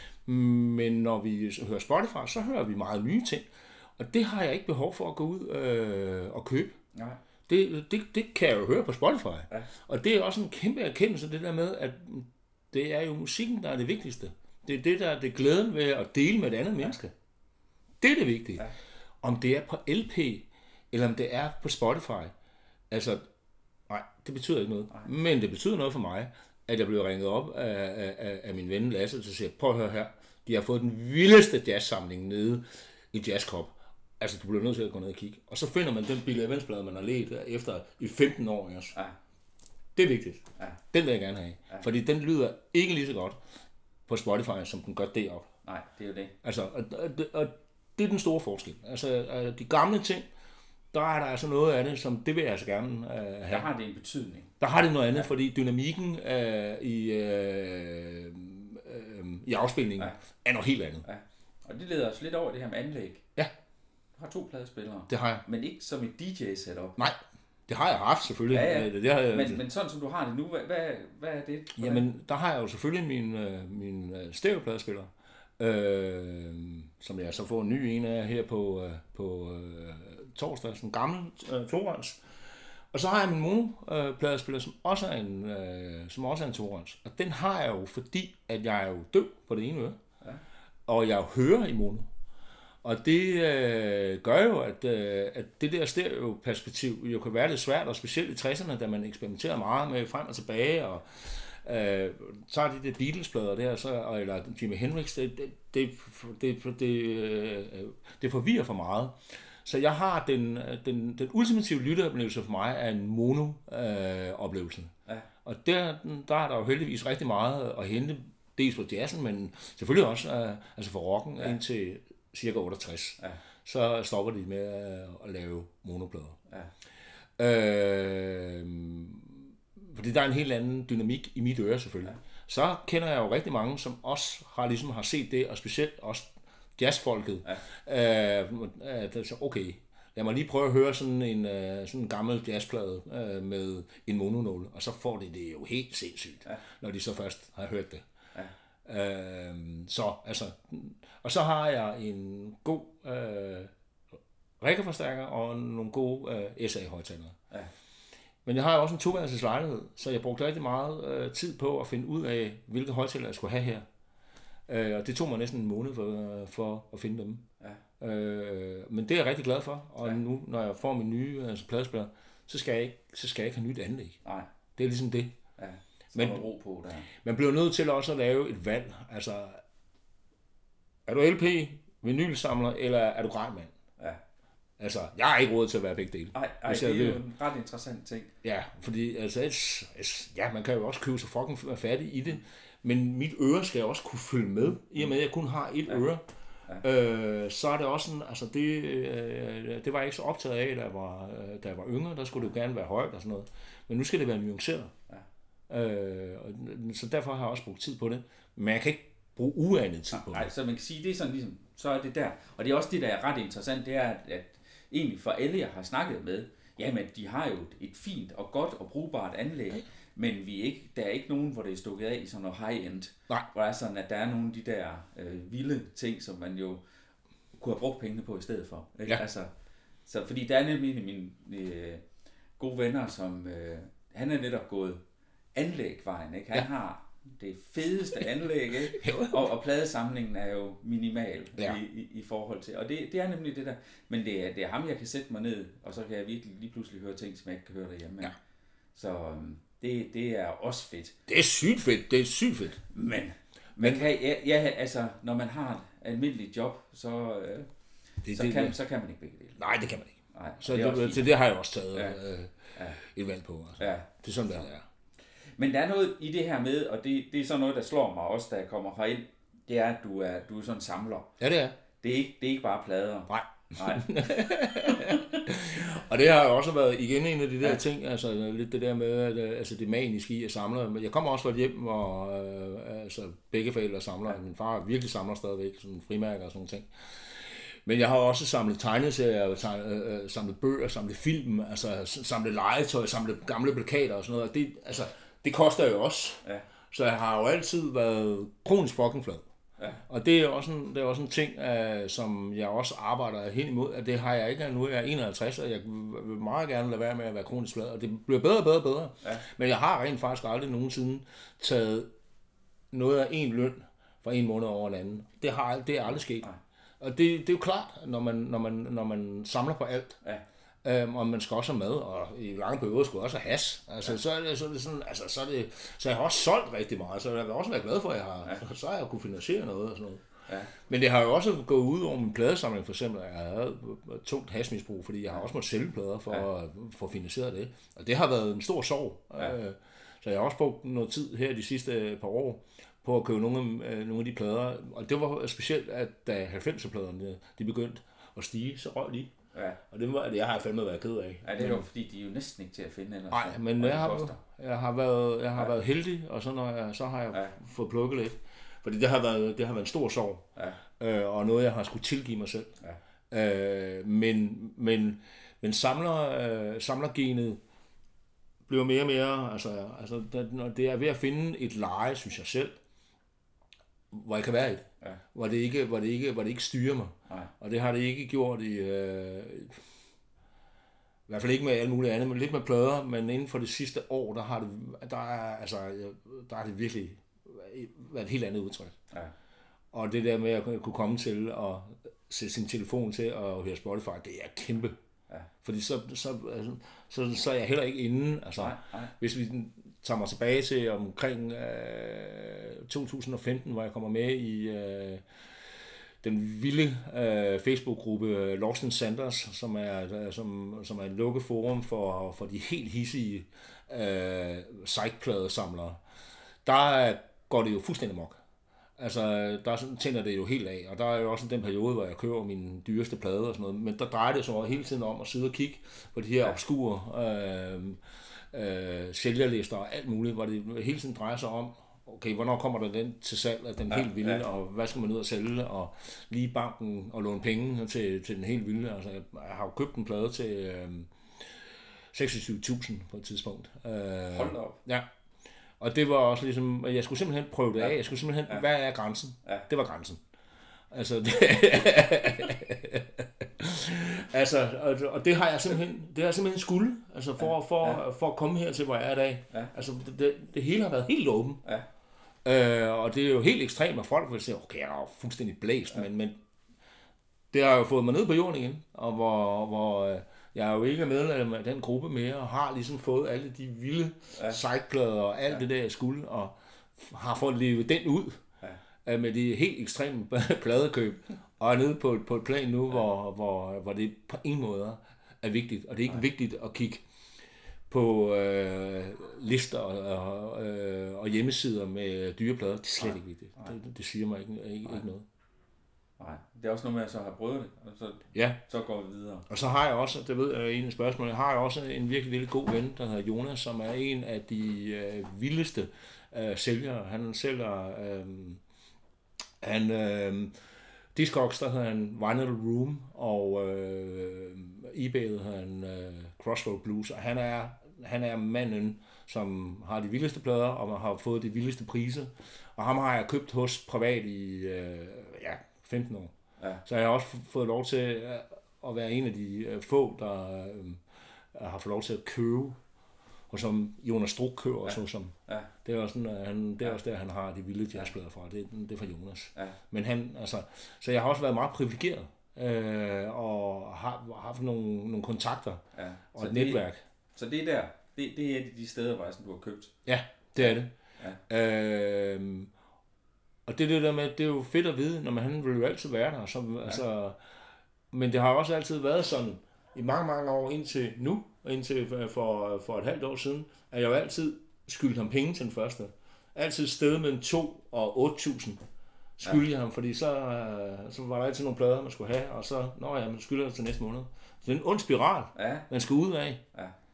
Men når vi hører Spotify, så hører vi meget nye ting. Og det har jeg ikke behov for at gå ud øh, og købe. Nej. Det, det, det kan jeg jo høre på Spotify. Ja. Og det er også en kæmpe erkendelse, det der med, at det er jo musikken, der er det vigtigste. Det er det, der er det glæden ved at dele med et andet ja. menneske. Det er det vigtige. Ja. Om det er på L P, eller om det er på Spotify. Altså, nej, det betyder ikke noget. Nej. Men det betyder noget for mig, at jeg blev ringet op af, af, af min ven Lasse, der siger, prøv at høre her, de har fået den vildeste jazzsamling nede i Jazzcop. Altså, du bliver nødt til at gå ned og kigge. Og så finder man den Bill Evans-plade, man har let efter i femten år. Også. Ja. Det er vigtigt. Ja. Den vil jeg gerne have. Ja. Fordi den lyder ikke lige så godt på Spotify, som den gør deroppe. Nej, det er jo det. Altså, og, og, og det er den store forskel. Altså, de gamle ting, der er der altså noget af det, som det vil jeg altså gerne uh, have. Der har det en betydning. Der har det noget andet, ja. fordi dynamikken uh, i, uh, uh, i afspilningen ja. er noget helt andet. Ja. Og det leder os lidt over det her med anlæg. Ja. Du har to pladespillere. Det har jeg. Men ikke som et D J-setup. Nej, det har jeg haft selvfølgelig. Ja, ja. Det, det har jeg, men, men sådan som du har det nu, hvad, hvad, hvad er det? Jamen, der har jeg jo selvfølgelig min, min stereopladespiller, øh, som jeg så får en ny en af her på, på øh, torsdag, sådan en gammel øh, torands. Og så har jeg min monopladespiller, som også er en, øh, som også er en torands. Og den har jeg jo, fordi at jeg er jo døv på det ene øre. Ja. Og jeg hører i mono. Og det øh, gør jo, at, øh, at det der stereoperspektiv jo kan være lidt svært, og specielt i tresserne, da man eksperimenterer meget med frem og tilbage, og øh, så er de der Beatles-plader der, så, eller Jimi Hendrix, det, det, det, det, det, øh, det forvirrer for meget. Så jeg har den, den, den ultimative lytteoplevelse for mig af en mono-oplevelse. Øh, ja. Og der, der er der jo heldigvis rigtig meget at hente, dels på jazzen, men selvfølgelig også øh, altså for rocken ja. indtil cirka otteogtres. Ja. Så stopper de med at, at lave monoplader. Ja. Øh, fordi der er en helt anden dynamik i mit øre selvfølgelig. Ja. Så kender jeg jo rigtig mange, som også har, ligesom har set det, og specielt også jazzfolket. Ja. Øh, at, okay, lad mig lige prøve at høre sådan en, sådan en gammel jazzplade øh, med en mononål, og så får de det jo helt sindssygt, ja. når de så først har hørt det. Ja. Øh, så altså, og så har jeg en god øh, rækkeforstærker og nogle gode øh, S A-højttalere. Ja. Men jeg har jo også en toværelses lejlighed, så jeg brugte rigtig meget øh, tid på at finde ud af, hvilke højtaler jeg skulle have her. Øh, og det tog mig næsten en måned for, for at finde dem. Ja. Øh, men det er jeg rigtig glad for, og ja. Nu, når jeg får min nye altså, pladespiller, så skal jeg ikke, så skal jeg ikke have nyt anlæg. Nej. Det er ligesom det. Ja. Men ro på der. Man bliver nødt til også at lave et valg. Altså, er du L P, vinylsamler, eller er du grejmand? Ja. Altså, jeg har ikke råd til at være begge dele. Nej, det er jo en ret interessant ting. Ja, fordi altså, et, et, ja, man kan jo også købe sig fucking fattig i det, men mit øre skal også kunne følge med, i og med at jeg kun har et ja. øre. Ja. Øh, så er det også sådan, altså det, øh, det var jeg ikke så optaget af, da jeg var, da jeg var yngre, der skulle det jo gerne være højt og sådan noget. Men nu skal det være nuanceret. Ja. Øh, så derfor har jeg også brugt tid på det. Men jeg kan ikke bruge uanet tid på det. Nej, så man kan sige, det er sådan ligesom, så er det der. Og det er også det, der er ret interessant, det er, at, at egentlig for alle, jeg har snakket med, jamen de har jo et fint og godt og brugbart anlæg, okay. Men vi ikke, der er ikke nogen, hvor det er stukket af i sådan noget high-end. Nej. Hvor det er sådan, at der er nogle af de der øh, vilde ting, som man jo kunne have brugt pengene på i stedet for. Ikke? Ja. Altså, så, fordi der er nemlig en af mine øh, gode venner, som øh, han er netop gået anlægvejen. Ikke? Han ja. har det fedeste anlæg, ikke? og, og pladesamlingen er jo minimal ja. i, i, i forhold til. Og det, det er nemlig det der. Men det er, det er ham, jeg kan sætte mig ned, og så kan jeg virkelig lige pludselig høre ting, som jeg ikke kan høre derhjemme. Ja. Så øhm, det, det er også fedt. Det er sygt fedt, det er sygt fedt. Men, man kan, ja, ja, altså, når man har et almindeligt job, så, øh, det, så, det, kan, det. så kan man ikke begge dele. Nej, det kan man ikke. Nej, så det, det, til det har jeg også taget ja. øh, ja. et valg på. Altså. Ja. Det er sådan, det er. Men der er noget i det her med, og det, det er sådan noget, der slår mig også, da jeg kommer herind, det er, at du er, du er sådan en samler. Ja, det er. Det er ikke, det er ikke bare plader. Nej. Nej. Og det har jo også været igen en af de der ja. ting, altså lidt det der med, at, altså det maniske i at samle. Jeg kommer også fra et hjem, hvor øh, altså, begge forældre samler. Ja. Min far er virkelig samler stadigvæk, sådan frimærker og sådan nogle ting. Men jeg har også samlet tegneserier, samlet bøger, samlet film, altså samlet legetøj, samlet gamle plakater og sådan noget. Det, altså, det koster jo også. Ja. Så jeg har jo altid været kronisk fucking flad. Ja. Og det er også en, det er også en ting, uh, som jeg også arbejder hen imod, at det har jeg ikke. Nu er jeg enoghalvtreds, og jeg vil meget gerne lade være med at være kronisk flad, og det bliver bedre og bedre og bedre. Ja. Men jeg har rent faktisk aldrig nogensinde taget noget af en løn fra en måned over en anden. Det, har, det er aldrig sket. Nej. Og det, det er jo klart, når man, når man, når man samler på alt, ja. øhm, og man skal også have mad, og i lange perioder skulle også have hash. Altså, ja. så, er det, så, er det sådan, altså, så, er det, så jeg har også solgt rigtig meget, så jeg vil også være glad for, at jeg har, ja. så har jeg kunne finansiere noget og sådan noget. Ja. Men det har jo også gået ud over min pladesamling, for eksempel, at jeg havde tungt hashmisbrug, fordi jeg har også måttet sælge plader for ja. at få finansieret det. Og det har været en stor sorg. Ja. Øh, så jeg har også brugt noget tid her de sidste par år, på at købe nogle af, nogle af de plader, og det var specielt, at da halvfemser-pladerne de begyndte at stige, så røg de. Ja. Og det var, jeg har fandme været ked af. Ja, det er jo fordi, de er jo næsten ikke til at finde ellers. Nej, men jeg har, jeg har været, jeg har ja. været heldig, og så, når jeg, så har jeg ja. fået plukket lidt. Fordi det har været, det har været en stor sorg, ja. øh, og noget, jeg har skulle tilgive mig selv. Ja. Øh, men, men, men samler, øh, samlergenet bliver mere og mere, altså, altså det, det er ved at finde et leje, synes jeg selv, hvor jeg kan være i det, ja. hvor, det ikke, hvor, det ikke, hvor det ikke styrer mig. Nej. Og det har det ikke gjort i, øh, i hvert fald ikke med alt muligt andet, men lidt med plader, men inden for det sidste år, der har det, der er, altså, der er det virkelig været et helt andet udtryk. Ja. Og det der med at kunne komme til at sætte sin telefon til og høre Spotify, det er kæmpe. Ja. Fordi så, så, altså, så, så er jeg heller ikke inde. Altså, nej, nej. Hvis vi tager mig tilbage til omkring øh, to tusind og femten, hvor jeg kommer med i øh, den vilde øh, Facebook-gruppe Lost in Sanders, som er, som, som er et lukket forum for, for de helt hissige øh, psych-pladesamlere. Der går det jo fuldstændig mok. Altså, der tænder det jo helt af, og der er jo også den periode, hvor jeg køber mine dyreste plader og sådan noget, men der drejer det så hele tiden om at sidde og kigge på de her obskure øh, øh, sælgerlister og alt muligt, hvor det hele tiden drejer sig om, okay, hvornår kommer der den til salg af den ja, helt vilde, ja. og hvad skal man ud og sælge, og lige banken og låne penge til, til den helt vilde. Altså, jeg har jo købt en plade til øh, seksogtyve tusind på et tidspunkt. Øh, Hold op. Ja. Og det var også ligesom, jeg skulle simpelthen prøve det af. Jeg skulle simpelthen, ja. hvad er grænsen? Ja. Det var grænsen. Altså, det, altså, og, og det har jeg simpelthen, det har jeg simpelthen skulle, altså for, ja. For, ja. for at komme her til, hvor jeg er i dag. Ja. Altså, det, det, det hele har været helt åbent. Ja. Øh, og det er jo helt ekstremt, at folk vil sige, okay, jeg er jo fuldstændig blæst, ja. men, men det har jo fået mig ned på jorden igen, og hvor, hvor jeg er jo ikke medlem af den gruppe mere, og har ligesom fået alle de vilde ja. Sejtplader og alt ja. Det der, jeg skulle, og har fået levet den ud ja. Med de helt ekstreme pladekøb, og er nede på, på et plan nu, ja. hvor, hvor, hvor det på ingen måde er vigtigt, og det er ikke ja. Vigtigt at kigge på øh, lister og, og, øh, og hjemmesider med dyre plader. Det er slet ja. Ikke vigtigt. Det, det siger mig ikke, ikke, ikke noget. Nej, det er også noget med, at jeg så har prøvet det, og så, ja. Så går vi videre. Og så har jeg også, det ved jeg en af spørgsmålene, jeg har også en virkelig, virkelig god ven, der hedder Jonas, som er en af de øh, vildeste øh, sælgere. Han sælger, øh, han, øh, Discogs, der hedder han Vinyl Room, og øh, eBay'et hedder han øh, Crossroad Blues, og han er, han er manden, som har de vildeste plader, og man har fået de vildeste priser. Og ham har jeg købt hos privat i, øh, ja, femten år. Ja. Så jeg har også fået lov til at være en af de få, der øh, har fået lov til at købe, og som Jonas Struk køber, ja. Så som. Ja. Det er også sådan, han, det er ja. Også der, han har de vilde jazzplader fra. Det, det er fra Jonas. Ja. Men han, altså, så jeg har også været meget privilegeret, øh, og har haft nogle, nogle kontakter ja. Og et det, netværk. Så det er der, det, det er de steder, hvor du har købt? Ja, det er det. Ja. Øh, Og det er det der med, det er jo fedt at vide, når man han vil jo altid være der. Så, ja. Altså, men det har også altid været sådan, i mange, mange år indtil nu, og indtil for, for et halvt år siden, at jeg jo altid skyldt ham penge til den første. Altid sted mellem to og otte tusind skyldte jeg ham, fordi så, så var der altid nogle plader, man skulle have, og så, nå ja, man skylder det til næste måned. Så det er en ond spiral, ja. Man skal ud af.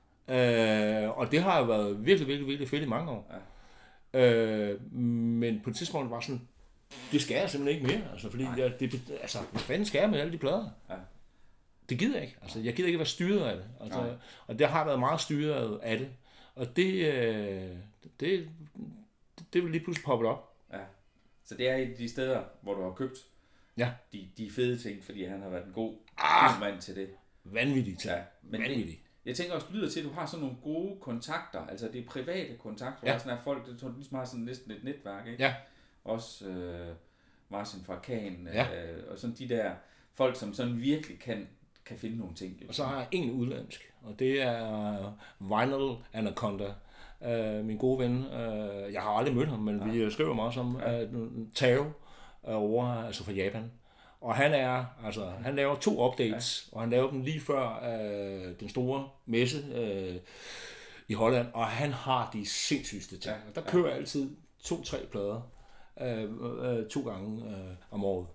Ja. Øh, og det har jo været virkelig, virkelig, virkelig fedt i mange år. Ja. Øh, men på et tidspunkt var sådan, det skal jeg simpelthen ikke mere, altså, fordi jeg, det, altså, hvad fanden skal jeg med alle de plader? Ja. Det gider jeg ikke, altså, jeg gider ikke være styret af det, altså, og det har været meget styret af det, og det, øh, det, det vil lige pludselig poppe op. Ja. Så det er et af de steder, hvor du har købt ja. de, de fede ting, fordi han har været en god ah, mand til det. Vanvittigt ting, ja, men vanvittigt. Jeg tænker også, det lyder til, at du har sådan nogle gode kontakter, altså det er private kontakter, ja. Sådan er folk, det tror ligesom har sådan næsten et netværk, ikke? Ja. Også øh, Martin fra Kagen, ja. øh, og sådan de der folk, som sådan virkelig kan, kan finde nogle ting. Og så har jeg en udlandsk, og det er Vinyl Anaconda. Uh, min gode ven, uh, jeg har aldrig mødt ham, men ja. Vi skriver meget som uh, Tao uh, over, altså fra Japan. Og han er, altså, han laver to updates, ja. Og han laver dem lige før uh, den store messe uh, i Holland, og han har de sindssygste ting. Ja. Der kører ja. Altid to-tre plader uh, uh, to gange uh, om året.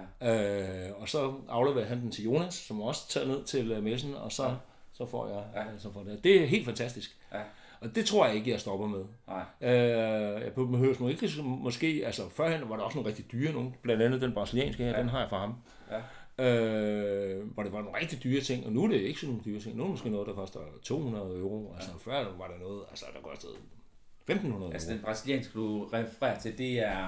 Ja. Uh, og så afleverer han den til Jonas, som også tager ned til uh, messen, og så, ja. Så får jeg ja. uh, så får det. Det er helt fantastisk. Ja. Og det tror jeg ikke, jeg stopper med. Nej. Øh, jeg behøver måske ikke, måske, altså førhen var der også nogle rigtig dyre nogen, blandt andet den brasilianske her, ja. Den har jeg fra ham. Ja. Øh, hvor det var nogle rigtig dyre ting, og nu er det ikke sådan nogle dyre ting. Nu er det måske noget, der koster to hundrede euro, ja. Altså før var der noget, altså der kostede femten hundrede euro. Altså den brasilianske, du refererer til, det er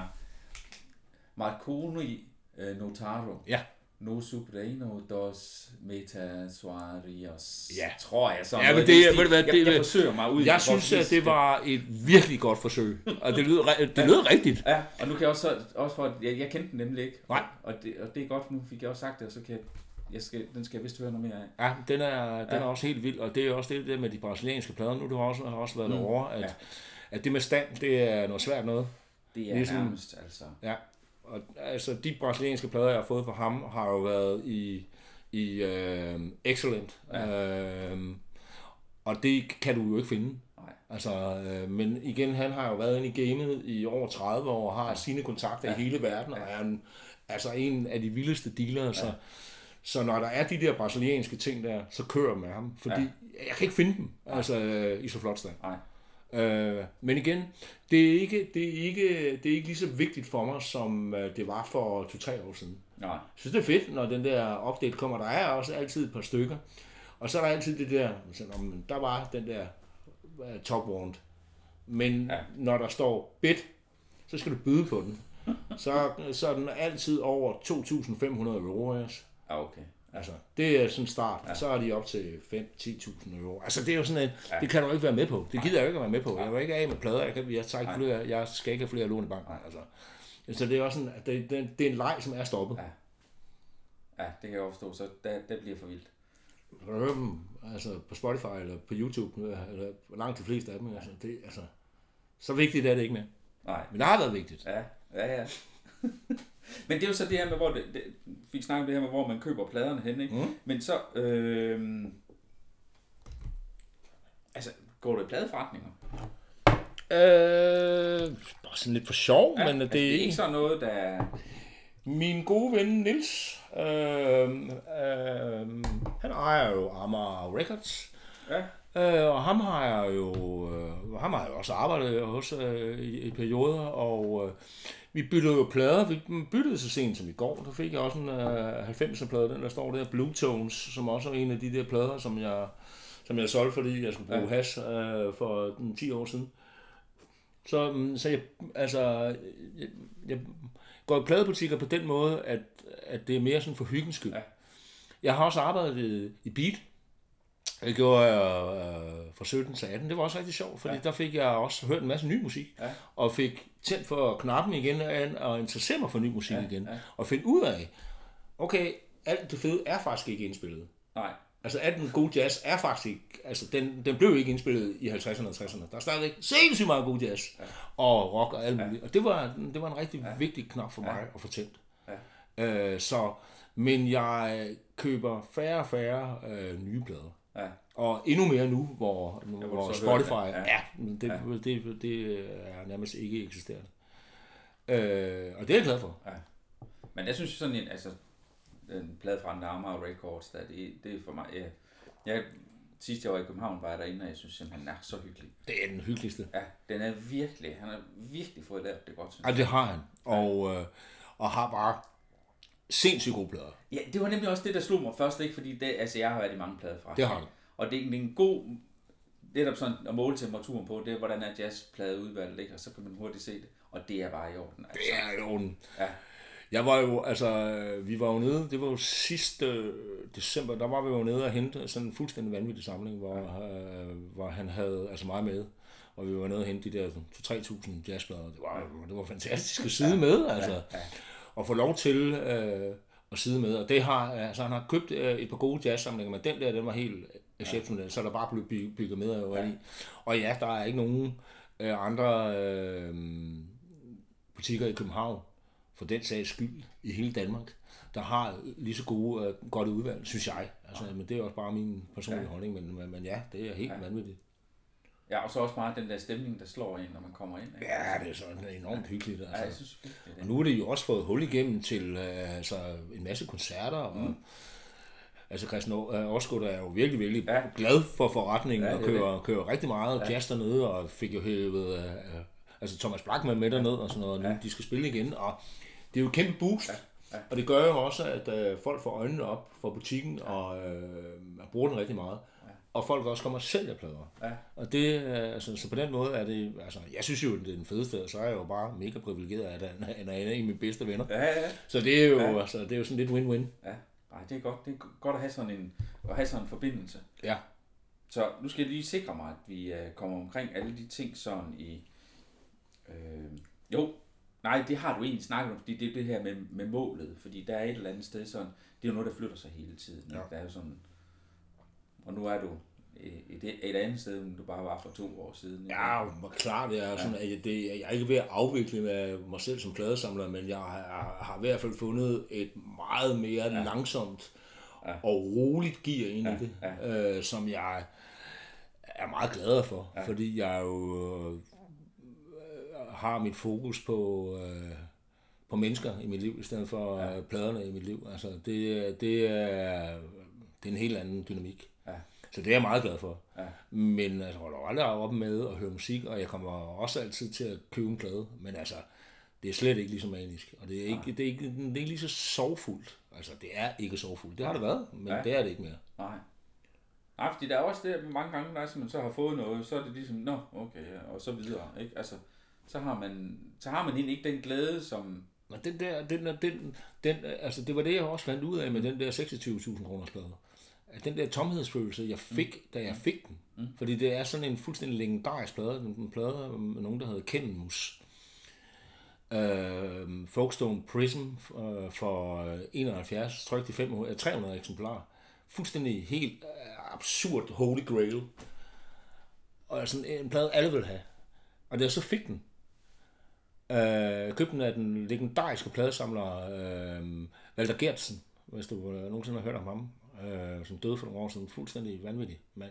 Marconi eh, Notaro. Ja. No Supremo dos Metasuarios. Ja. Tror jeg sådan ja, men det, det, det, jeg, det, jeg forsøger mig ud. Jeg synes, at det var et virkelig godt forsøg. Og det lyder, det lyder ja. Rigtigt. Ja, og nu kan jeg også, også for, jeg, jeg kendte den nemlig ikke. Nej. Og det, og det er godt, nu fik jeg også sagt det, og så kan jeg, jeg skal, den skal jeg vist høre noget mere af. Ja, den er, den ja. Er også helt vild, og det er også det der med de brasilianske plader. Nu du har også, har også været mm. derovre, at, ja. At det med stand, det er noget svært noget. Det er ligesom, nærmest, altså. Ja. Og altså de brasilianske plader, jeg har fået fra ham, har jo været i, i øh, Excellent. Ja. Øh, og det kan du jo ikke finde. Nej. Altså, øh, men igen, han har jo været inde i gamet i over tredive år, og har ja. Sine kontakter ja. I hele verden, og er en, altså en af de vildeste dealere. Ja. Så, så når der er de der brasilianske ting der, så kører jeg med ham. Fordi ja. Jeg kan ikke finde dem altså, øh, i så flot stand. Nej. Øh, men igen, det er, ikke, det, er ikke, det er ikke lige så vigtigt for mig, som det var for to-tre år siden. Nej. Jeg synes, det er fedt, når den der update kommer. Der er også altid et par stykker. Og så er der altid det der, der var den der uh, top warrant. Men ja. Når der står bid, så skal du byde på den. så, så er den altid over to tusind fem hundrede euro. Ja, okay. Altså, det er sådan en start, Ja. og så er de op til fem til ti tusind euro. Altså, det er jo sådan et, Ja. det kan du ikke være med på. Det gider jeg jo ikke at være med på. Nej. Jeg vil ikke af med plader, jeg, kan, jeg, tager ikke Nej. flere, jeg skal ikke have flere lån i banken. Altså. Så det er også sådan, at det, det, det er en leg, som er stoppet. Ja. Ja, det kan jeg godt forstå, så det, det bliver for vildt. Kan du høre dem altså, på Spotify eller på YouTube, eller langt de fleste af dem, altså, det, altså, så vigtigt er det ikke mere. Nej. Men det har været vigtigt. Ja, ja, ja. Men det er jo så det her med, hvor det, det, vi snakker om det her med, hvor man køber pladerne hen, ikke? Mm. Men så, øh, altså, går du i pladeforretninger? Øh, bare sådan lidt for sjov, Ja, men altså, det, det er ikke sådan noget, der... Min gode ven Nils, øh, øh, han ejer jo Amager Records, Ja. øh, og ham har jeg jo, øh, ham har jeg også arbejdet hos øh, i, i perioder, og øh, vi byttede jo plader. Vi byttede så sent som i går. Der fik jeg også en øh, halvfemser-plade, den der står der, Blue Tones, som også er en af de der plader, som jeg, som jeg solgte, fordi jeg skulle bruge Ja. hash øh, for ti år siden. Så, så jeg, altså, jeg, jeg går i pladebutikker på den måde, at, at det er mere sådan for hyggens skyld. Ja. Jeg har også arbejdet i, i Beat. Det gjorde jeg øh, fra sytten til atten. Det var også rigtig sjovt, fordi ja. der fik jeg også hørt en masse ny musik. Ja. Og fik tændt for knappen igen og interessere mig for ny musik Ja, igen. ja. Og finde ud af, okay, alt det fede er faktisk ikke indspillet. Nej. Altså, alt den gode jazz er faktisk ikke, altså, den, den blev ikke indspillet i halvtredserne og tresserne. Der er stadigvæk sindssygt meget god jazz, ja. og rock og alt muligt. Ja. Og det var, det var en rigtig ja. vigtig knap for mig ja. at få tændt. Ja. Øh, så, men jeg køber færre og færre øh, nye plader. Ja. Og endnu mere nu, hvor, nu, ja, hvor, hvor Spotify, ja, ja det, ja. Det, det, det er nærmest ikke eksisterende. Øh, og det er jeg glad for. Ja. Men jeg synes sådan en, altså, en plade fra Amager Records, der, det, det er for mig, ja. Jeg, sidst jeg var i København, var jeg derinde, og jeg synes simpelthen, han er så hyggelig. Det er den hyggeligste. Ja, den er virkelig, han har virkelig fået lavet det godt, synes jeg. Ja, det har han, og, øh, og har bare sindssygt gode plader. Ja, det var nemlig også det, der slog mig først, ikke? Fordi det, altså, jeg har været i mange plader fra. Det har du. Og det er en god, det er sådan at måle temperaturen på, det er, hvordan er jazzplade udvalgt, ikke? Og så kan man hurtigt se det, og det er bare i orden. Altså. Det er i orden. Ja. Jeg var jo, altså, vi var jo nede, det var jo sidste december, der var vi jo nede og hente sådan en fuldstændig vanvittig samling, hvor, øh, hvor han havde altså mig med, og vi var nede og hente de der to til tre tusind jazzplader. Det var, det var fantastisk at sidde med, altså, ja, ja. Og få lov til øh, at sidde med, og det har, altså han har købt øh, et par gode jazzsamlinger, men den der, den var helt exceptionel, ja. Så der bare blev bygget med over ja. I. Og ja, der er ikke nogen øh, andre øh, butikker i København, for den sags skyld, i hele Danmark, der har lige så gode, uh, godt udvalg, synes jeg. Altså, ja. Men det er også bare min personlige ja. holdning, men, men ja, det er helt ja. vanvittigt. Ja, og så også meget den der stemning, der slår ind, når man kommer ind. Ikke? Ja, det er sådan enormt ja. hyggeligt. Altså. Ja, jeg synes, det er det. Og nu er det jo også fået hul igennem til uh, altså, en masse koncerter, mm. og altså Christian Årsgaard er jo virkelig, virkelig ja. glad for forretningen, ja, og kører, kører rigtig meget ja. jazz dernede, og fik jo hævet uh, altså Thomas Blackman med derned, og sådan noget, og nu ja. de skal spille igen, og det er jo et kæmpe boost, ja, ja. Og det gør jo også, at øh, folk får øjnene op for butikken, ja. og øh, bruger den rigtig meget. Ja. Og folk også kommer og sælger plader. Ja. Og det, øh, altså, så på den måde er det, altså, jeg synes jo, det er den fedeste, og så er jeg jo bare mega privilegeret, at han er en af mine bedste venner. Ja, ja. Så det er jo, ja. altså, det er jo sådan lidt win-win. Ja, ej, det er godt. Det er godt at have sådan en, at have sådan en forbindelse. Ja. Så nu skal jeg lige sikre mig, at vi øh, kommer omkring alle de ting sådan i, øh, jo, nej, det har du egentlig snakket om, fordi det er det her med, med målet, fordi der er et eller andet sted sådan, det er jo noget, der flytter sig hele tiden. Ja. Der er jo sådan, og nu er du et, et andet sted, end du bare var for to år siden. Ja, klart, det er sådan, at det, jeg er ikke ved at afvikle med mig selv som pladesamler, men jeg har, har i hvert fald fundet et meget mere ja. langsomt ja. og roligt gear ind ja. i det, ja. øh, som jeg er meget glad for, ja. fordi jeg jo øh, har mit fokus på, øh, på mennesker i mit liv, i stedet for ja. pladerne i mit liv. Altså, det, det, er, det er en helt anden dynamik. Ja. Så det er jeg meget glad for. Ja. Men altså, holder aldrig op med at høre musik, og jeg kommer også altid til at købe en plade. Men altså, det er slet ikke lige så manisk. Og det er ikke, det er ikke, det er ikke lige så sorgfuldt. Altså, det er ikke sorgfuldt. Det har det været, men ja. det er det ikke mere. Nej. Nej, fordi der er også det, mange gange, der er, man så har fået noget, så er det ligesom, nå, okay, ja, og så videre, ikke? Altså, så har man, så har man egentlig ikke den glæde, som, Og den der, den, der, den, den, altså det var det, jeg også fandt ud af med den der seksogtyve tusind kroners plade. At den der tomhedsfølelse, jeg fik, mm. da jeg fik den. Mm. Fordi det er sådan en fuldstændig legendarisk plade. En plade med nogen, der hedder Kenmus. Uh, Folkestone Prism uh, for enoghalvfjerds, trykt i fem hundrede, tre hundrede eksemplarer. Fuldstændig helt uh, absurd Holy Grail. Og sådan en plade, alle vil have. Og da jeg så fik den, uh, købte den af den legendariske pladesamler uh, Walter Gertsen, hvis du uh, nogensinde har hørt om ham, uh, som døde for nogle år siden, fuldstændig vanvittig mand.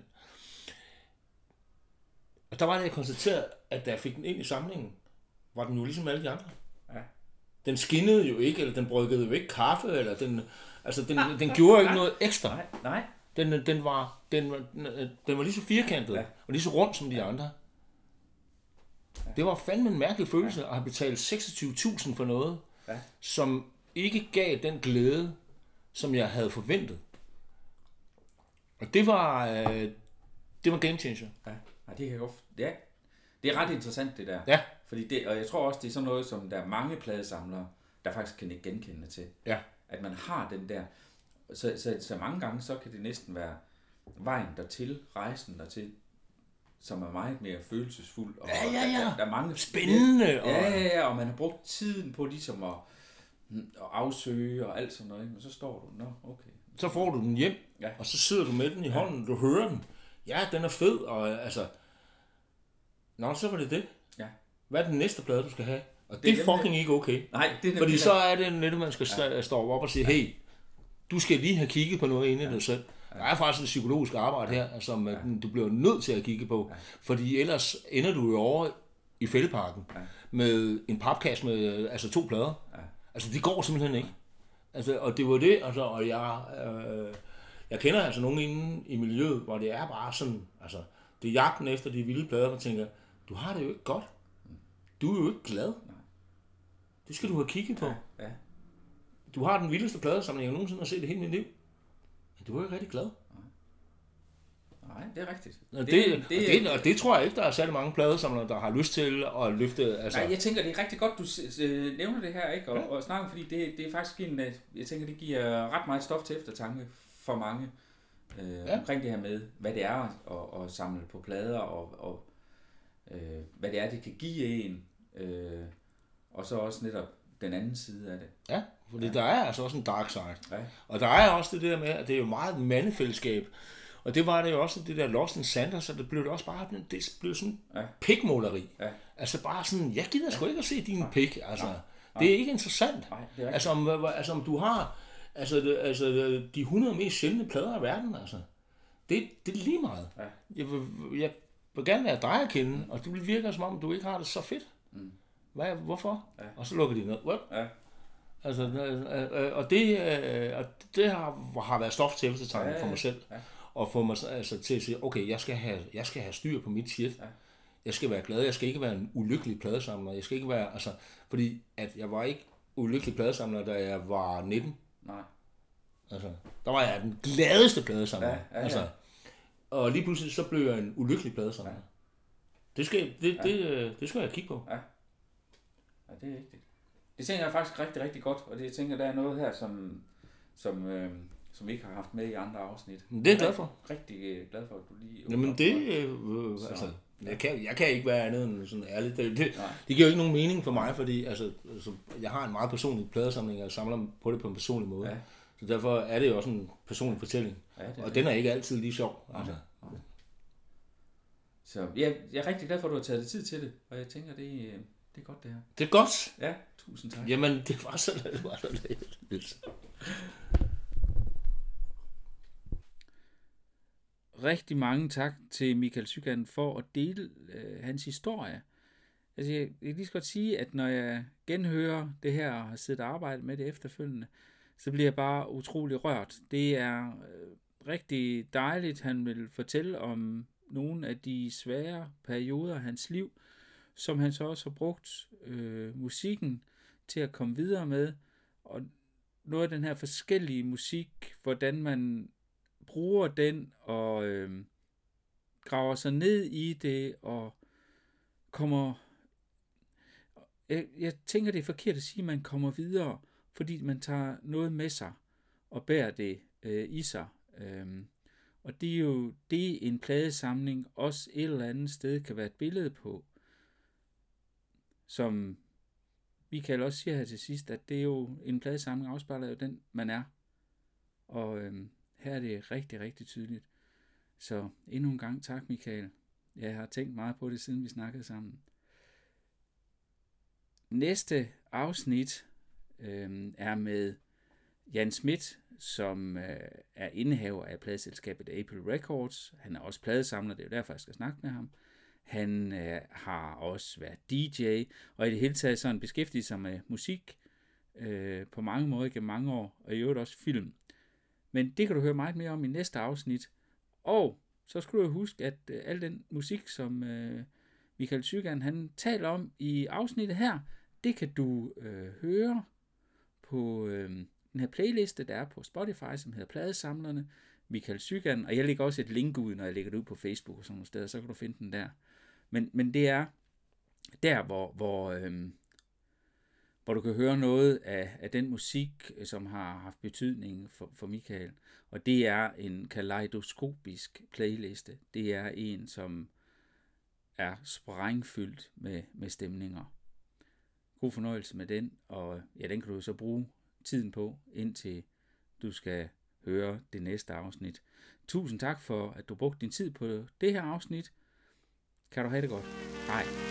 Og der var det, jeg konstaterede, at da jeg fik den ind i samlingen, var den jo ligesom alle de andre. Ja. Den skinnede jo ikke, eller den bryggede jo ikke kaffe, eller den, altså den, ah, den gjorde ah, ikke nej. noget ekstra. Nej, nej. Den, den, var, den, var, den var lige så firkantet, ja. og lige så rund som de ja. andre. Ja. Det var fandme en mærkelig følelse ja. at have betalt seksogtyve tusind for noget, ja. som ikke gav den glæde, som jeg havde forventet. Og det var, øh, det var game changer. Ja, ja det kan godt. Ja. Det er ret interessant det der. Ja. Fordi det, og jeg tror også, det er sådan noget, som der er mange pladesamlere, der faktisk kan ikke genkende til. Ja. At man har den der. Så, så, så mange gange, så kan det næsten være vejen dertil, rejsen dertil, som er meget mere følelsesfuld. Og ja, ja, ja. Der, der er mange spændende. Og... Ja, ja, ja, og man har brugt tiden på ligesom at, at afsøge og alt sådan noget. Men så står du, nå, okay. Så får du den hjem, ja. og så sidder du med den i hånden, du hører den. Ja, den er fed, og altså... Nå, så var det det. Ja. Hvad er den næste plade, du skal have? Og det, det er fucking det. ikke okay. Nej, det er fordi så er det netop, man skal ja. stå op og sige, hey, du skal lige have kigget på noget inde i ja. dig selv. Der er faktisk et psykologisk arbejde her, ja. som ja. du bliver nødt til at kigge på. Ja. Fordi ellers ender du jo over i fældeparken ja. med en papkasse med altså to plader. Ja. Altså, det går simpelthen ikke. Altså, og det var det, altså, og jeg, øh, jeg kender altså nogen inde i miljøet, hvor det er bare sådan, altså, det er jagten efter de vilde plader, man tænker, du har det jo ikke godt. Du er jo ikke glad. Nej. Det skal du have kigget på. Ja, ja. Du har den vildeste pladesamling, jeg nogensinde har set i hele mit liv. Men du er jo ikke rigtig glad. Nej, det er rigtigt. Og det, det, det, og det, og det tror jeg ikke, der er særlig mange pladesamlere, der har lyst til at løfte. Altså... Nej, jeg tænker, det er rigtig godt, du nævner det her, ikke? Og, ja. og snakker, fordi det, det er faktisk en, jeg tænker, det giver ret meget stof til eftertanke for mange. Øh, ja. Omkring det her med, hvad det er at, at samle på plader, og, og øh, hvad det er, det kan give en, øh, og så også netop den anden side af det. Ja, fordi ja. der er altså også en dark side. Ja. Og der er også det der med, at det er jo meget mandefællesskab, og det var det jo også, det der Lost in Sanders, så det blev det også bare, det blev sådan ja. pikmåleri. Ja. Altså bare sådan, jeg gider sgu ja. ikke at se din pik, altså. Ja. Ja. Det er ikke interessant. Nej, det er altså, om, altså om du har altså, det, altså de hundrede mest sjældne plader i verden, altså. Det, det er lige meget. Ja. Jeg, vil, jeg vil gerne være dig at kende, mm. og du virker som om, du ikke har det så fedt. Mm. Hvad, hvorfor? Ja. Og så lukker de ned. What? Ja. Altså, og det, og det har, har været stof til eftertanke ja, ja, ja. for mig selv. Ja. Og få mig altså, til at sige, okay, jeg skal have, jeg skal have styr på mit shit. Ja. Jeg skal være glad. Jeg skal ikke være en ulykkelig pladesamler. Jeg skal ikke være, altså, fordi at jeg var ikke ulykkelig pladesamler, da jeg var nitten. Nej. Altså, der var jeg den gladeste pladesamler. Ja, ja, ja. Altså, og lige pludselig så blev jeg en ulykkelig pladesamler. Ja. Det skal, det, ja. det, det skal jeg kigge på. Ja. Ja, det er rigtigt. Det tænker jeg faktisk rigtig, rigtig godt, og det, jeg tænker, der er noget her, som, som, øh, som vi ikke har haft med i andre afsnit. Det er jeg glad for. Rigtig glad for, at du lige... Jamen det, øh, altså, jeg kan, jeg kan ikke være andet end sådan ærligt. Det, det, det giver jo ikke nogen mening for mig, fordi altså, altså, jeg har en meget personlig pladesamling, og jeg samler på det på en personlig måde. Ja. Så derfor er det jo også en personlig fortælling. Ja, og det. Den er ikke altid lige sjov. Altså. Ja. Så jeg, jeg er rigtig glad for, at du har taget dig tid til det, og jeg tænker, det, det er godt det her. Det er godt. Ja, tusind tak. Jamen, det var så lidt. Det var så lidt. Rigtig mange tak til Michael Zygan for at dele øh, hans historie. Altså, jeg, jeg kan lige så godt sige, at når jeg genhører det her og har siddet og arbejdet med det efterfølgende, så bliver jeg bare utrolig rørt. Det er øh, rigtig dejligt, han vil fortælle om nogle af de svære perioder af hans liv, som han så også har brugt øh, musikken til at komme videre med, og noget af den her forskellige musik, hvordan man bruger den og øh, graver sig ned i det og kommer jeg, jeg tænker, det er forkert at sige, at man kommer videre, fordi man tager noget med sig og bærer det øh, i sig. Øhm, og det er jo det, en pladesamling også et eller andet sted kan være et billede på, som Michael også siger her til sidst, at det er jo en pladesamling afspejler jo den, man er. Og øhm, her er det rigtig, rigtig tydeligt. Så endnu en gang tak, Michael. Jeg har tænkt meget på det, siden vi snakkede sammen. Næste afsnit øh, er med Jan Schmidt, som øh, er indehaver af pladeselskabet Apple Records. Han er også pladesamler, det er jo derfor, jeg skal snakke med ham. Han øh, har også været D J, og i det hele taget sådan beskæftiget sig med musik øh, på mange måder gennem mange år, og i øvrigt også film. Men det kan du høre meget mere om i næste afsnit. Og så skal du huske, at øh, al den musik, som øh, Michael Zygan han taler om i afsnittet her, det kan du øh, høre på øh, den her playliste, der er på Spotify, som hedder Pladesamlerne, Michael Zygan, og jeg lægger også et link ud, når jeg lægger det ud på Facebook og sådan nogle steder, så kan du finde den der. Men, men det er der, hvor, hvor, øh, hvor du kan høre noget af, af den musik, som har haft betydning for, for Michael. Og det er en kaleidoskopisk playliste. Det er en, som er sprængfyldt med, med stemninger. God fornøjelse med den, og ja, den kan du så bruge tiden på, indtil du skal høre det næste afsnit. Tusind tak for, at du brugte din tid på det her afsnit. Kan du have det godt. Hej.